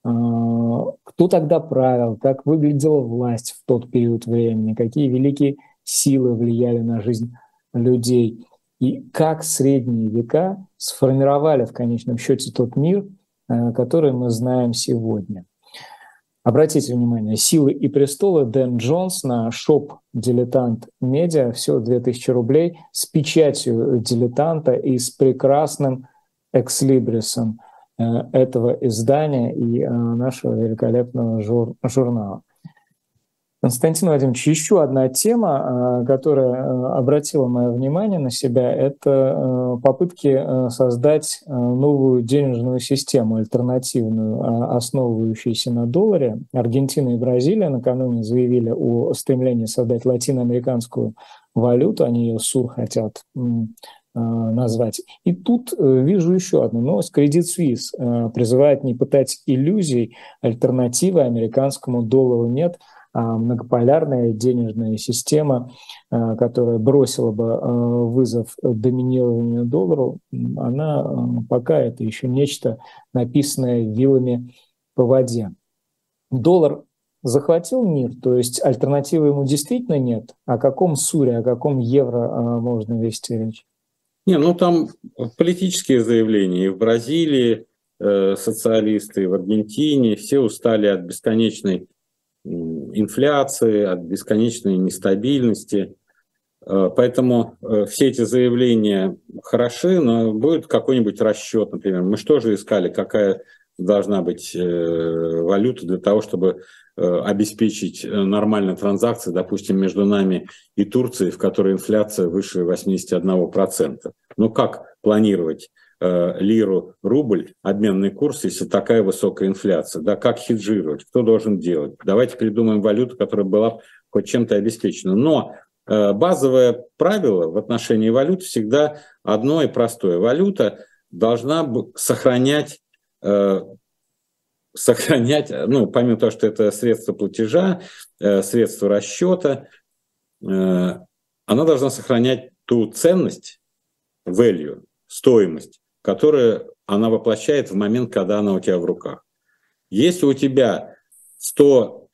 Кто тогда правил, как выглядела власть в тот период времени, какие великие силы влияли на жизнь людей, и как средние века сформировали в конечном счете тот мир, который мы знаем сегодня. Обратите внимание, «Силы и престолы», Дэн Джонс на Shop Dilettant Media, всего две тысячи рублей, с печатью дилетанта и с прекрасным экслибрисом этого издания и нашего великолепного жур- журнала. Константин Владимирович, еще одна тема, которая обратила мое внимание на себя, это попытки создать новую денежную систему, альтернативную, основывающуюся на долларе. Аргентина и Бразилия накануне заявили о стремлении создать латиноамериканскую валюту, они ее СУР хотят назвать. И тут вижу еще одну новость. Credit Suisse призывает не пытать иллюзий, альтернативы американскому доллару нет. Многополярная денежная система, которая бросила бы вызов доминированию доллару, она пока это еще нечто, написанное вилами по воде. Доллар захватил мир, то есть альтернативы ему действительно нет. О каком СУРе, о каком евро можно вести речь? Не, ну там политические заявления и в Бразилии, э, социалисты, и в Аргентине, все устали от бесконечной инфляции, от бесконечной нестабильности. Поэтому все эти заявления хороши, но будет какой-нибудь расчет, например. Мы что же искали, какая должна быть валюта для того, чтобы обеспечить нормальные транзакции, допустим, между нами и Турцией, в которой инфляция выше восемьдесят один процент. Ну как планировать лиру, рубль, обменный курс, если такая высокая инфляция? Да, как хеджировать? Кто должен делать? Давайте придумаем валюту, которая была хоть чем-то обеспечена. Но базовое правило в отношении валют всегда одно и простое. Валюта должна сохранять, сохранять, ну, помимо того, что это средство платежа, средство расчета, она должна сохранять ту ценность, value, стоимость, которую она воплощает в момент, когда она у тебя в руках. Если у тебя сто,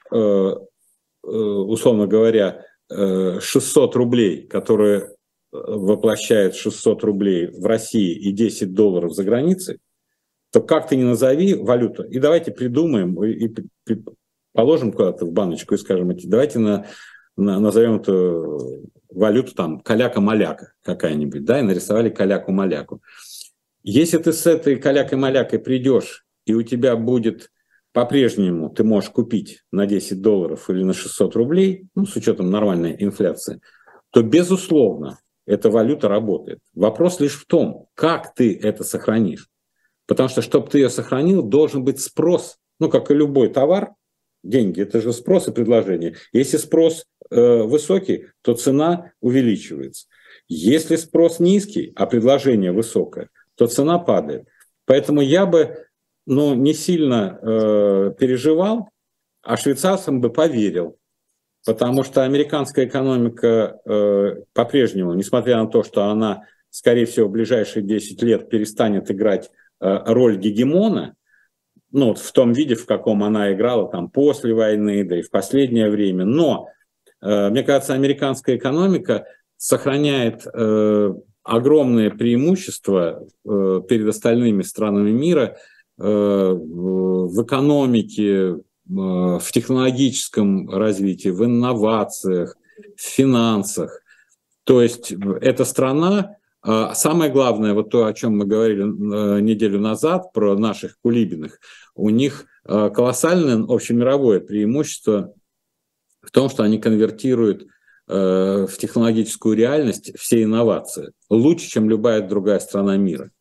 условно говоря, шестьсот рублей, которые воплощают шестьсот рублей в России и десять долларов за границей, то как ты ни назови валюту, и давайте придумаем, и положим куда-то в баночку и скажем, давайте на, на, назовем эту валюту там каляка-маляка какая-нибудь, да, и нарисовали каляку-маляку. Если ты с этой калякой-малякой придешь, и у тебя будет по-прежнему, ты можешь купить на десять долларов или на шестьсот рублей, ну, с учетом нормальной инфляции, то, безусловно, эта валюта работает. Вопрос лишь в том, как ты это сохранишь. Потому что, чтобы ты ее сохранил, должен быть спрос. Ну, как и любой товар, деньги – это же спрос и предложение. Если спрос э, высокий, то цена увеличивается. Если спрос низкий, а предложение высокое, то цена падает. Поэтому я бы ну, не сильно э, переживал, а швейцарцам бы поверил. Потому что американская экономика э, по-прежнему, несмотря на то, что она, скорее всего, в ближайшие десять лет перестанет играть э, роль гегемона, ну, в том виде, в каком она играла там, после войны, да и в последнее время. Но, э, мне кажется, американская экономика сохраняет э, огромное преимущество э, перед остальными странами мира э, в экономике, в технологическом развитии, в инновациях, в финансах. То есть эта страна, самое главное, вот то, о чем мы говорили неделю назад, про наших кулибиных, у них колоссальное общемировое преимущество в том, что они конвертируют в технологическую реальность все инновации лучше, чем любая другая страна мира.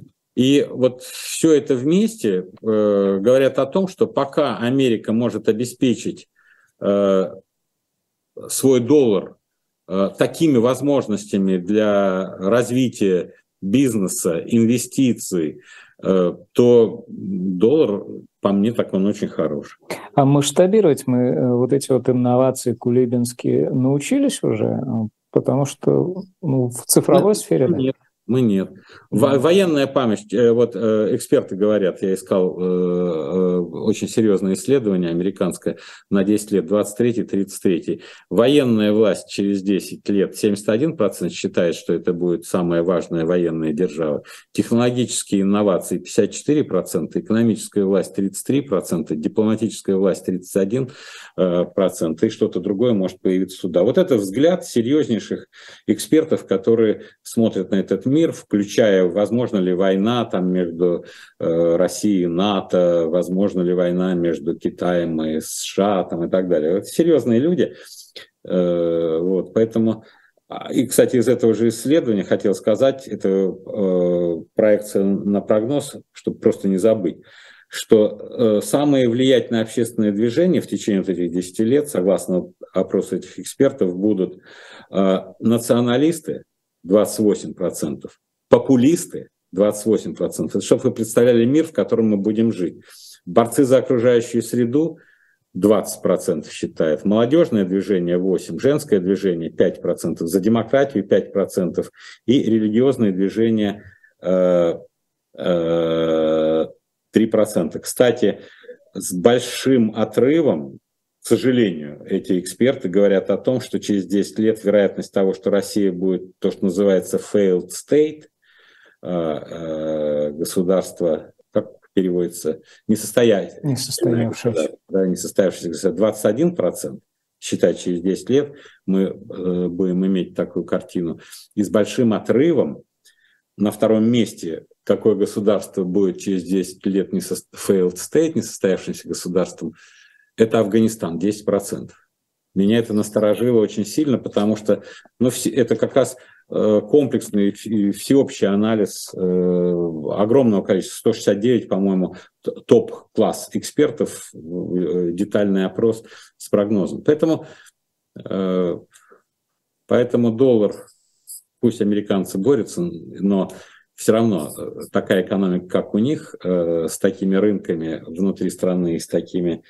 И вот все это вместе э, говорят о том, что пока Америка может обеспечить э, свой доллар э, такими возможностями для развития бизнеса, инвестиций, э, то доллар, по мне, так он очень хороший. А масштабировать мы э, вот эти вот инновации кулибинские научились уже? Потому что ну, в цифровой нет, сфере... Нет. Мы нет. Во- военная память, вот эксперты говорят, я искал очень серьезное исследование американское на десять лет, двадцать третий тридцать третий. Военная власть через десять лет семьдесят один процент считает, что это будет самая важная военная держава. Технологические инновации пятьдесят четыре процента, экономическая власть тридцать три процента, дипломатическая власть тридцать один процент и что-то другое может появиться сюда. Вот это взгляд серьезнейших экспертов, которые смотрят на этот мир, включая, возможно ли война там, между э, Россией и НАТО, возможно ли война между Китаем и США там, и так далее. Это серьезные люди. Э, вот, поэтому, и, кстати, из этого же исследования хотел сказать, это э, проекция на прогноз, чтобы просто не забыть, что э, самые влиятельные общественные движения в течение вот этих десяти лет, согласно опросу этих экспертов, будут э, националисты, двадцать восемь процентов, популисты двадцать восемь процентов. Это чтобы вы представляли мир, в котором мы будем жить. Борцы за окружающую среду двадцать процентов считают, молодежное движение восемь процентов, женское движение пять процентов, за демократию пять процентов и религиозное движение э, э, три процента. Кстати, с большим отрывом сожалению, эти эксперты говорят о том, что через десять лет вероятность того, что Россия будет то, что называется failed state, государство, как переводится, несостоятельное, несостоявшееся, да, несостоявшееся двадцать один процент, считать через десять лет мы э, будем иметь такую картину. И с большим отрывом на втором месте, какое государство будет через десять лет не со, failed state, несостоявшимся государством, это Афганистан, десять процентов. Меня это насторожило очень сильно, потому что ну, это как раз комплексный и всеобщий анализ э, огромного количества, сто шестьдесят девять, по-моему, топ-класс экспертов, э, детальный опрос с прогнозом. Поэтому, э, поэтому доллар, пусть американцы борются, но все равно такая экономика, как у них, э, с такими рынками внутри страны, с такими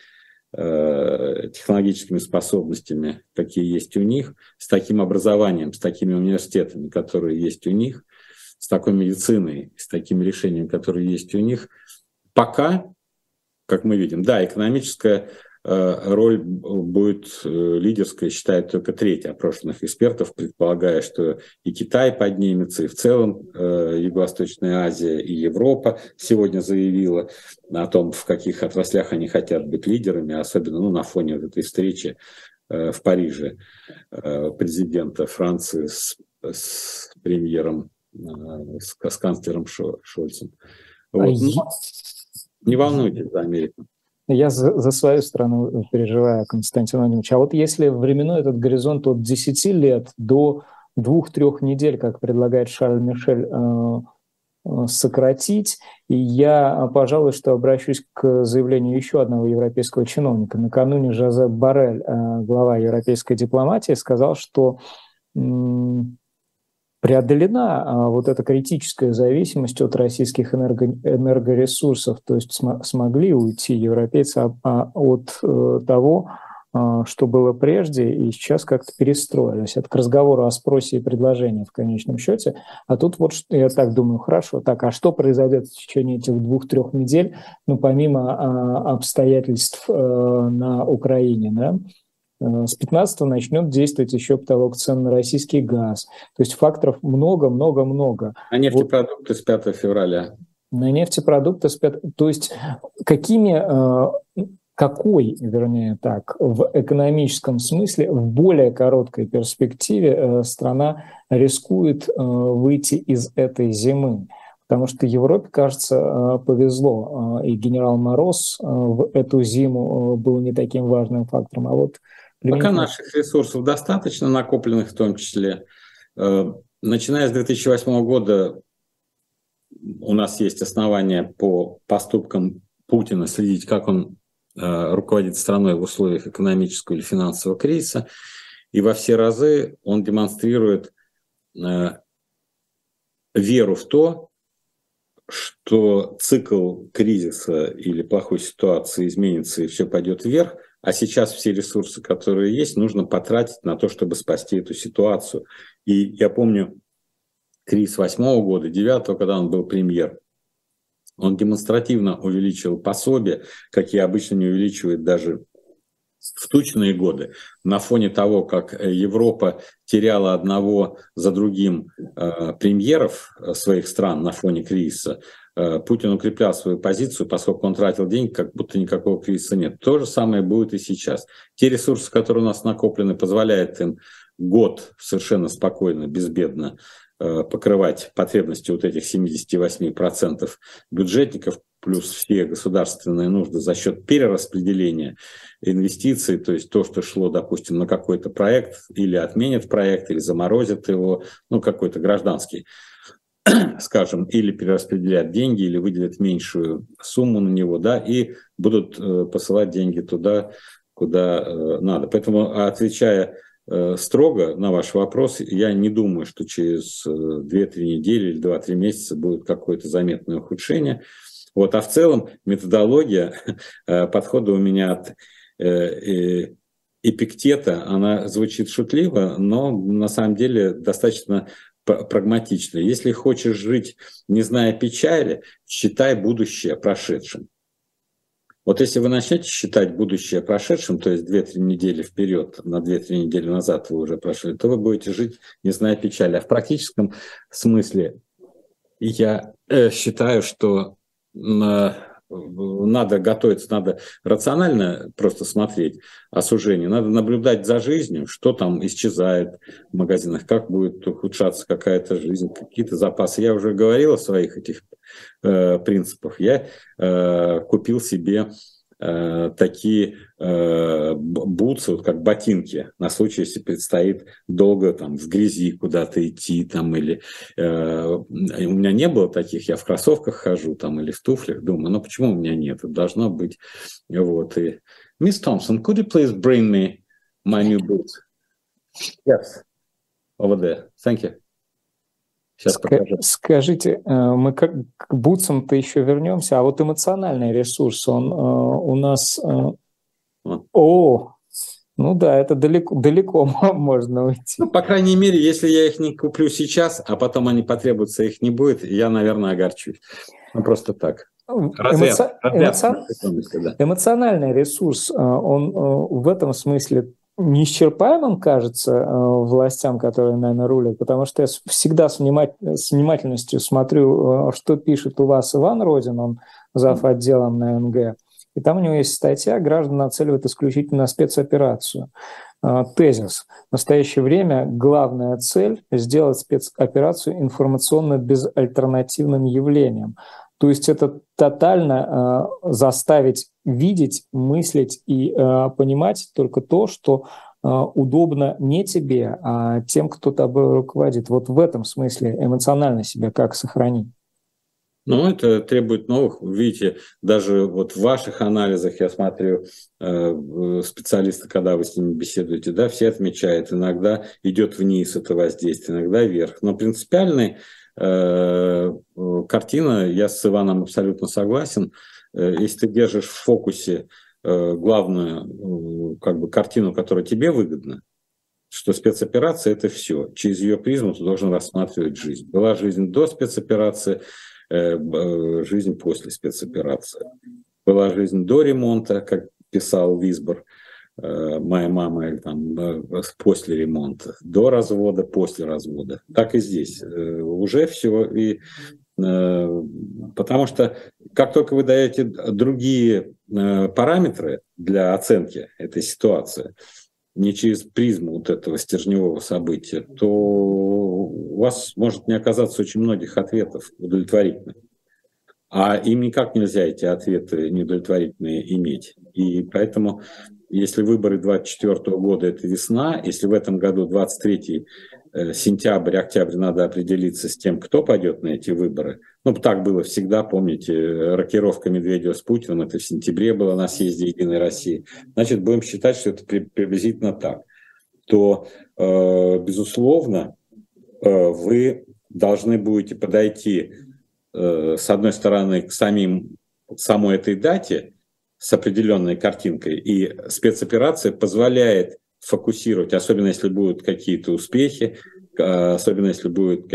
технологическими способностями, какие есть у них, с таким образованием, с такими университетами, которые есть у них, с такой медициной, с такими решениями, которые есть у них. Пока, как мы видим, да, экономическая роль будет лидерской, считает только треть опрошенных экспертов, предполагая, что и Китай поднимется, и в целом Юго-Восточная Азия, и Европа сегодня заявила о том, в каких отраслях они хотят быть лидерами, особенно ну, на фоне вот этой встречи в Париже президента Франции с, с премьером, с, с канцлером Шольцем. Вот. Но не волнуйтесь за Америку. Я за, за свою страну переживаю, Константин Владимирович. А вот если временной этот горизонт от десяти лет до двух-трех недель, как предлагает Шарль Мишель, э, э, сократить, и я, пожалуй, что обращусь к заявлению еще одного европейского чиновника. Накануне Жозеп Боррель, э, глава европейской дипломатии, сказал, что м- преодолена а, вот эта критическая зависимость от российских энерго, энергоресурсов, то есть см, смогли уйти европейцы а, а, от а, того, а, что было прежде, и сейчас как-то перестроились. Это к разговору о спросе и предложении в конечном счете. А тут вот я так думаю, хорошо, так, а что произойдет в течение этих двух-трех недель, ну, помимо а, обстоятельств а, на Украине, да? С пятнадцатого начнет действовать еще потолок цен на российский газ. То есть факторов много-много-много. А нефтепродукты вот, с пятого февраля? На нефтепродукты с пятого... То есть какими, какой, вернее так, в экономическом смысле в более короткой перспективе страна рискует выйти из этой зимы? Потому что Европе, кажется, повезло. И генерал Мороз в эту зиму был не таким важным фактором. А вот Пока наших ресурсов достаточно, накопленных в том числе. Начиная с две тысячи восьмого года у нас есть основания по поступкам Путина следить, как он руководит страной в условиях экономического или финансового кризиса. И во все разы он демонстрирует веру в то, что цикл кризиса или плохой ситуации изменится и все пойдет вверх, а сейчас все ресурсы, которые есть, нужно потратить на то, чтобы спасти эту ситуацию. И я помню кризис восьмого года, девятого, когда он был премьер, он демонстративно увеличил пособие, какие обычно не увеличивает даже в тучные годы, на фоне того, как Европа теряла одного за другим э, премьеров своих стран на фоне кризиса, э, Путин укреплял свою позицию, поскольку он тратил деньги, как будто никакого кризиса нет. То же самое будет и сейчас. Те ресурсы, которые у нас накоплены, позволяют им год совершенно спокойно, безбедно э, покрывать потребности вот этих семьдесят восемь процентов бюджетников, плюс все государственные нужды за счет перераспределения инвестиций, то есть то, что шло, допустим, на какой-то проект, или отменят проект, или заморозят его, ну, какой-то гражданский, скажем, или перераспределят деньги, или выделят меньшую сумму на него, да, и будут э, посылать деньги туда, куда э, надо. Поэтому, отвечая э, строго на ваш вопрос, я не думаю, что через э, две-три недели или два-три месяца будет какое-то заметное ухудшение. Вот, а в целом методология подхода у меня от э, Эпиктета, она звучит шутливо, но на самом деле достаточно прагматично. Если хочешь жить, не зная печали, считай будущее прошедшим. Вот если вы начнете считать будущее прошедшим, то есть две-три недели вперед, на две-три недели назад вы уже прошли, то вы будете жить, не зная печали. А в практическом смысле я э, считаю, что на, надо готовиться, надо рационально просто смотреть осуждение, надо наблюдать за жизнью, что там исчезает в магазинах, как будет ухудшаться какая-то жизнь, какие-то запасы. Я уже говорил о своих этих э, принципах. Я э, купил себе э, такие э, бутсы, вот как ботинки, на случай, если предстоит долго там в грязи куда-то идти, там, или э, у меня не было таких, я в кроссовках хожу там или в туфлях, думаю, ну почему у меня нет, это должно быть. Вот. И Miss Thompson, could you please bring me my new boots? Yes, over there. Thank you. Сейчас покажу. Скажите, мы как к бутсам-то еще вернемся, а вот эмоциональный ресурс, он у нас... Вот. О, ну да, это далеко, далеко можно уйти. Ну, по крайней мере, если я их не куплю сейчас, а потом они потребуются, их не будет, я, наверное, огорчусь. Ну, просто так. Разряд, Эмоци... разряд, эмоци... да. Эмоциональный ресурс, он в этом смысле неисчерпаемым кажется властям, которые, наверное, рулят, потому что я всегда с, вниматель... с внимательностью смотрю, что пишет у вас Иван Родин, он зав. Отделом на эн гэ, и там у него есть статья «Граждан нацеливают исключительно на спецоперацию». Тезис. В настоящее время главная цель – сделать спецоперацию информационно-безальтернативным явлением. То есть это тотально э, заставить видеть, мыслить и э, понимать только то, что э, удобно не тебе, а тем, кто тобой руководит. Вот в этом смысле эмоционально себя как сохранить? Ну, это требует новых. Видите, даже вот в ваших анализах, я смотрю, э, специалисты, когда вы с ними беседуете, да, все отмечают, иногда идет вниз это воздействие, иногда вверх. Но принципиальный картина, я с Иваном абсолютно согласен. Если ты держишь в фокусе главную как бы, картину, которая тебе выгодна, что спецоперация – это все. Через ее призму ты должен рассматривать жизнь. Была жизнь до спецоперации, жизнь после спецоперации. Была жизнь до ремонта, как писал Висбор, моя мама, или там после ремонта, до развода, после развода. Так и здесь. Уже все. И, потому что как только вы даете другие параметры для оценки этой ситуации, не через призму вот этого стержневого события, то у вас может не оказаться очень многих ответов удовлетворительных. А им никак нельзя эти ответы неудовлетворительные иметь. И поэтому, если выборы двадцать четвёртого года – это весна, если в этом году двадцать третий сентябрь, октябрь надо определиться с тем, кто пойдет на эти выборы. Ну, так было всегда, помните, рокировка Медведева с Путиным, это в сентябре было на съезде «Единой России». Значит, будем считать, что это приблизительно так. То, безусловно, вы должны будете подойти с одной стороны к самим, самой этой дате с определенной картинкой, и спецоперация позволяет фокусировать, особенно если будут какие-то успехи, особенно если будут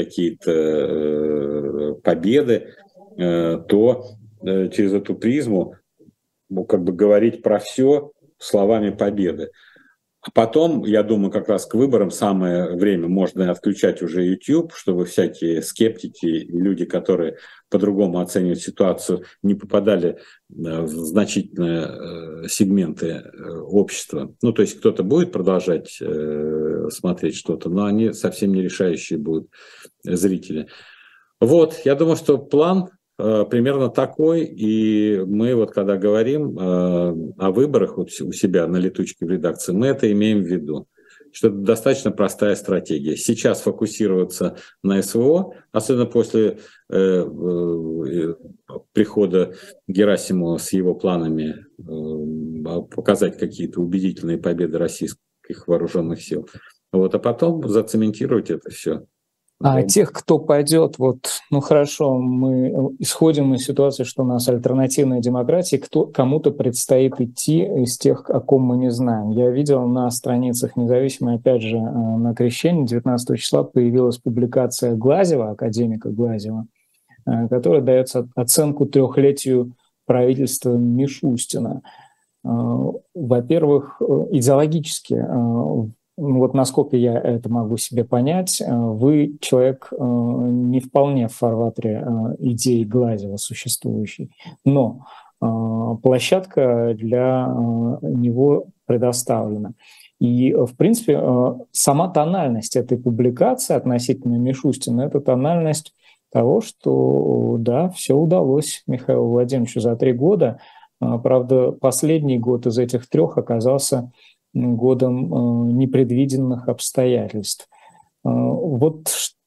какие-то победы, то через эту призму ну, как бы говорить про все словами победы. А потом, я думаю, как раз к выборам самое время можно отключать уже YouTube, чтобы всякие скептики и люди, которые по-другому оценивают ситуацию, не попадали в значительные сегменты общества. Ну, то есть кто-то будет продолжать смотреть что-то, но они совсем не решающие будут зрители. Вот, я думаю, что план примерно такой, и мы вот когда говорим э, о выборах вот у себя на летучке в редакции, мы это имеем в виду, что это достаточно простая стратегия. Сейчас фокусироваться на эс вэ о, особенно после э, э, прихода Герасимова с его планами э, показать какие-то убедительные победы российских вооруженных сил, вот, а потом зацементировать это все. А да. Тех, кто пойдет, вот, ну хорошо, мы исходим из ситуации, что у нас альтернативная демократия, кто, кому-то предстоит идти из тех, о ком мы не знаем. Я видел на страницах независимой, опять же, на Крещении девятнадцатого числа появилась публикация Глазева, академика Глазева, которая дает оценку трехлетию правительства Мишустина. Во-первых, идеологически, вот насколько я это могу себе понять, вы человек не вполне в фарватере идей Глазева существующей, но площадка для него предоставлена. И, в принципе, сама тональность этой публикации относительно Мишустина – это тональность того, что, да, все удалось Михаилу Владимировичу за три года. Правда, последний год из этих трех оказался годом непредвиденных обстоятельств. Вот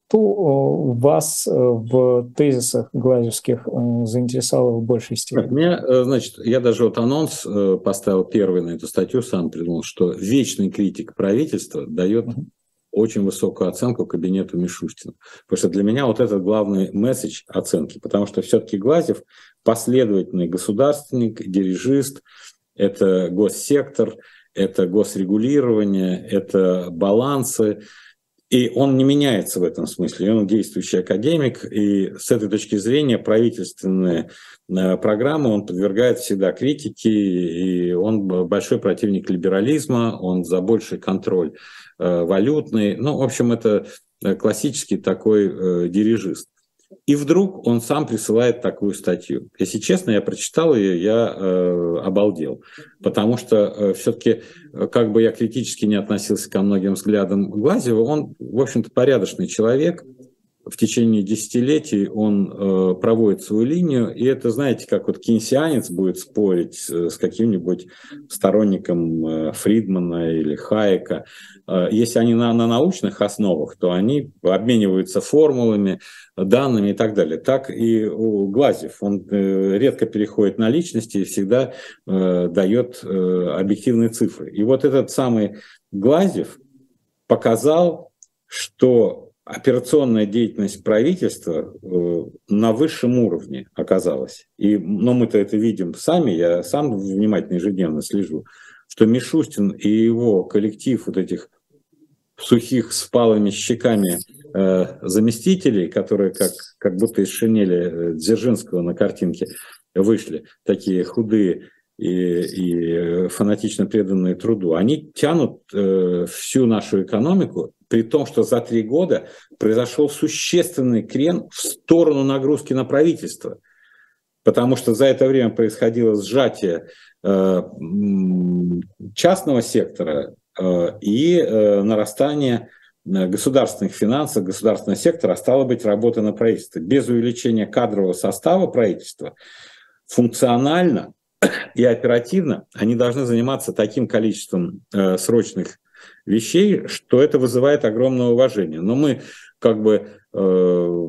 что вас в тезисах глазевских заинтересовало в большей степени? Меня, значит, я даже вот анонс поставил первый на эту статью, сам придумал, что вечный критик правительства дает uh-huh. очень высокую оценку кабинету Мишустина. Потому что для меня вот это главный месседж оценки, потому что все-таки Глазев последовательный государственник, дирижист, это госсектор, это госрегулирование, это балансы. И он не меняется в этом смысле, он действующий академик, и с этой точки зрения правительственные программы он подвергает всегда критике, и он большой противник либерализма, он за больший контроль валютный, ну, в общем, это классический такой дирижист. И вдруг он сам присылает такую статью. Если честно, я прочитал ее, я э, обалдел. Потому что э, все-таки, как бы я критически не относился ко многим взглядам Глазева, он, в общем-то, порядочный человек. В течение десятилетий он э, проводит свою линию. И это, знаете, как вот кейнсианец будет спорить с каким-нибудь сторонником э, Фридмана или Хайека. Э, если они на, на научных основах, то они обмениваются формулами, данными и так далее. Так и у Глазев. Он э, редко переходит на личности и всегда э, дает э, объективные цифры. И вот этот самый Глазев показал, что операционная деятельность правительства э, на высшем уровне оказалась. И, но мы-то это видим сами, я сам внимательно ежедневно слежу, что Мишустин и его коллектив вот этих сухих с палыми щеками э, заместителей, которые как, как будто из шинели Дзержинского на картинке вышли, такие худые и, и фанатично преданные труду, они тянут э, всю нашу экономику, при том, что за три года произошел существенный крен в сторону нагрузки на правительство, потому что за это время происходило сжатие э, частного сектора э, и э, нарастание государственных финансов, государственного сектора, а стало быть, работа на правительстве. Без увеличения кадрового состава правительства функционально и оперативно они должны заниматься таким количеством э, срочных вещей, что это вызывает огромное уважение. Но мы как бы э,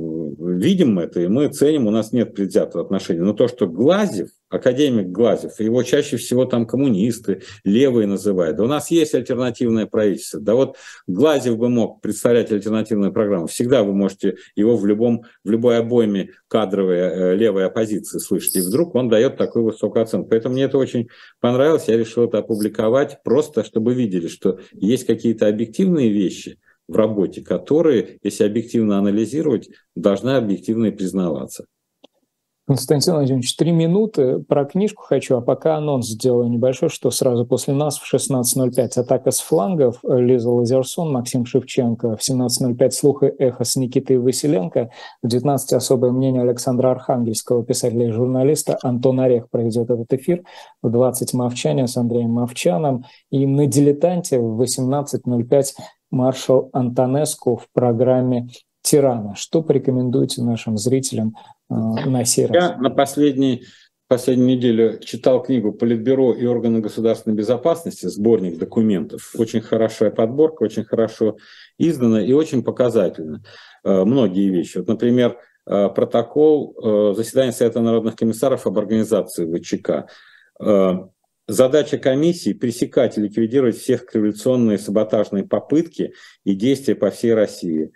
видим это, и мы ценим, у нас нет предвзятого отношения. Но то, что Глазев, академик Глазев, его чаще всего там коммунисты, левые называют, да у нас есть альтернативное правительство. Да вот Глазев бы мог представлять альтернативную программу. Всегда вы можете его в, любом, в любой обойме кадровой э, левой оппозиции слышать. И вдруг он дает такую высокую оценку. Поэтому мне это очень понравилось. Я решил это опубликовать, просто чтобы видели, что есть какие-то объективные вещи в работе, которые, если объективно анализировать, должны объективно и признаваться. Константин Владимирович, три минуты про книжку хочу, а пока анонс сделаю небольшой, что сразу после нас в шестнадцать ноль пять «Атака с флангов» Лиза Лазерсон, Максим Шевченко, в семнадцать ноль пять «Слух и эхо» с Никитой Василенко, в девятнадцать особое мнение Александра Архангельского, писателя и журналиста. Антон Орех проведет этот эфир, в двадцать «Мовчание» с Андреем Мовчаном, и на «Дилетанте» в восемнадцать ноль пять маршал Антонеску в программе «Тирана». Что порекомендуете нашим зрителям э, на сей раз? Я на последней, последнюю неделю читал книгу «Политбюро и органы государственной безопасности», сборник документов. Очень хорошая подборка, очень хорошо издана и очень показательна. Э, многие вещи. Вот, например, э, протокол э, заседания Совета народных комиссаров об организации ВЧК. Э, Задача комиссии – пресекать и ликвидировать всех революционные саботажные попытки и действия по всей России.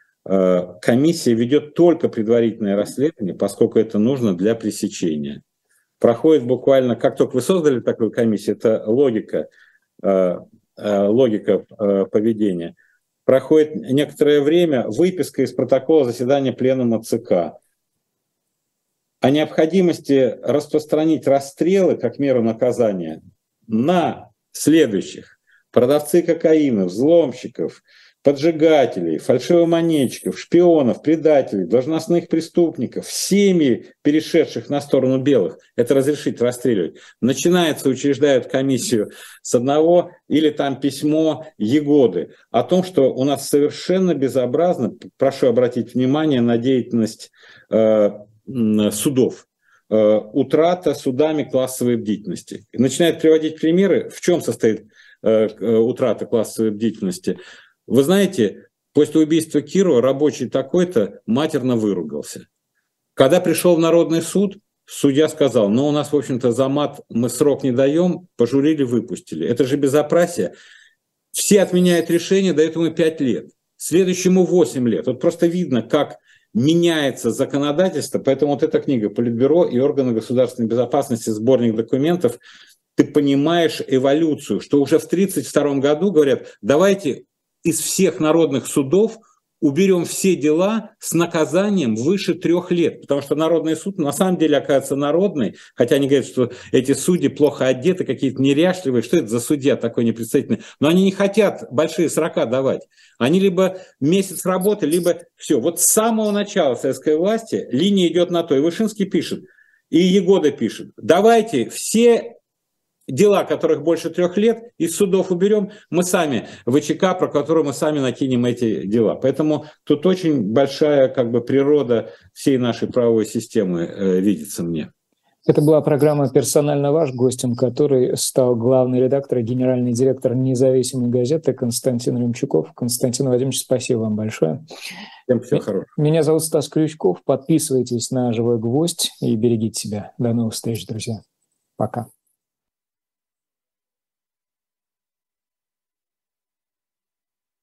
Комиссия ведет только предварительное расследование, поскольку это нужно для пресечения. Проходит буквально, как только вы создали такую комиссию, это логика, логика поведения. Проходит некоторое время, выписка из протокола заседания пленума ЦК. о необходимости распространить расстрелы как меру наказания на следующих: продавцы кокаина, взломщиков, поджигателей, фальшивомонетчиков, шпионов, предателей, должностных преступников, семьи, перешедших на сторону белых, это разрешить расстреливать. Начинается, учреждают комиссию с одного, или там письмо Егоды о том, что у нас совершенно безобразно, прошу обратить внимание на деятельность э, судов, э, утрата судами классовой бдительности. Начинает приводить примеры, в чем состоит э, утрата классовой бдительности. Вы знаете, после убийства Кирова рабочий такой-то матерно выругался. Когда пришел в Народный суд, судья сказал: ну, у нас, в общем-то, за мат мы срок не даем, пожурили, выпустили. Это же безопрасие. Все отменяют решение, дают ему пять лет. Следующему восемь лет. Вот просто видно, как меняется законодательство. Поэтому вот эта книга «Политбюро и органы государственной безопасности. Сборник документов», ты понимаешь эволюцию, что уже в тысяча девятьсот тридцать втором году говорят: давайте из всех народных судов уберем все дела с наказанием выше трех лет. Потому что Народный суд на самом деле оказывается народный, хотя они говорят, что эти судьи плохо одеты, какие-то неряшливые. Что это за судья такой непредставительный? Но они не хотят большие срока давать. Они либо месяц работы, либо все. Вот с самого начала советской власти линия идет на то. И Вышинский пишет, и Егода пишет: давайте все дела, которых больше трех лет, из судов уберем, мы сами, ВЧК, про которую мы сами накинем эти дела. Поэтому тут очень большая как бы природа всей нашей правовой системы э, видится мне. Это была программа «Персонально ваш», гостем которой стал главный редактор и генеральный директор независимой газеты Константин Ремчуков. Константин Владимирович, спасибо вам большое. Всем всего хорошего. Меня зовут Стас Крючков. Подписывайтесь на «Живой гвоздь» и берегите себя. До новых встреч, друзья. Пока.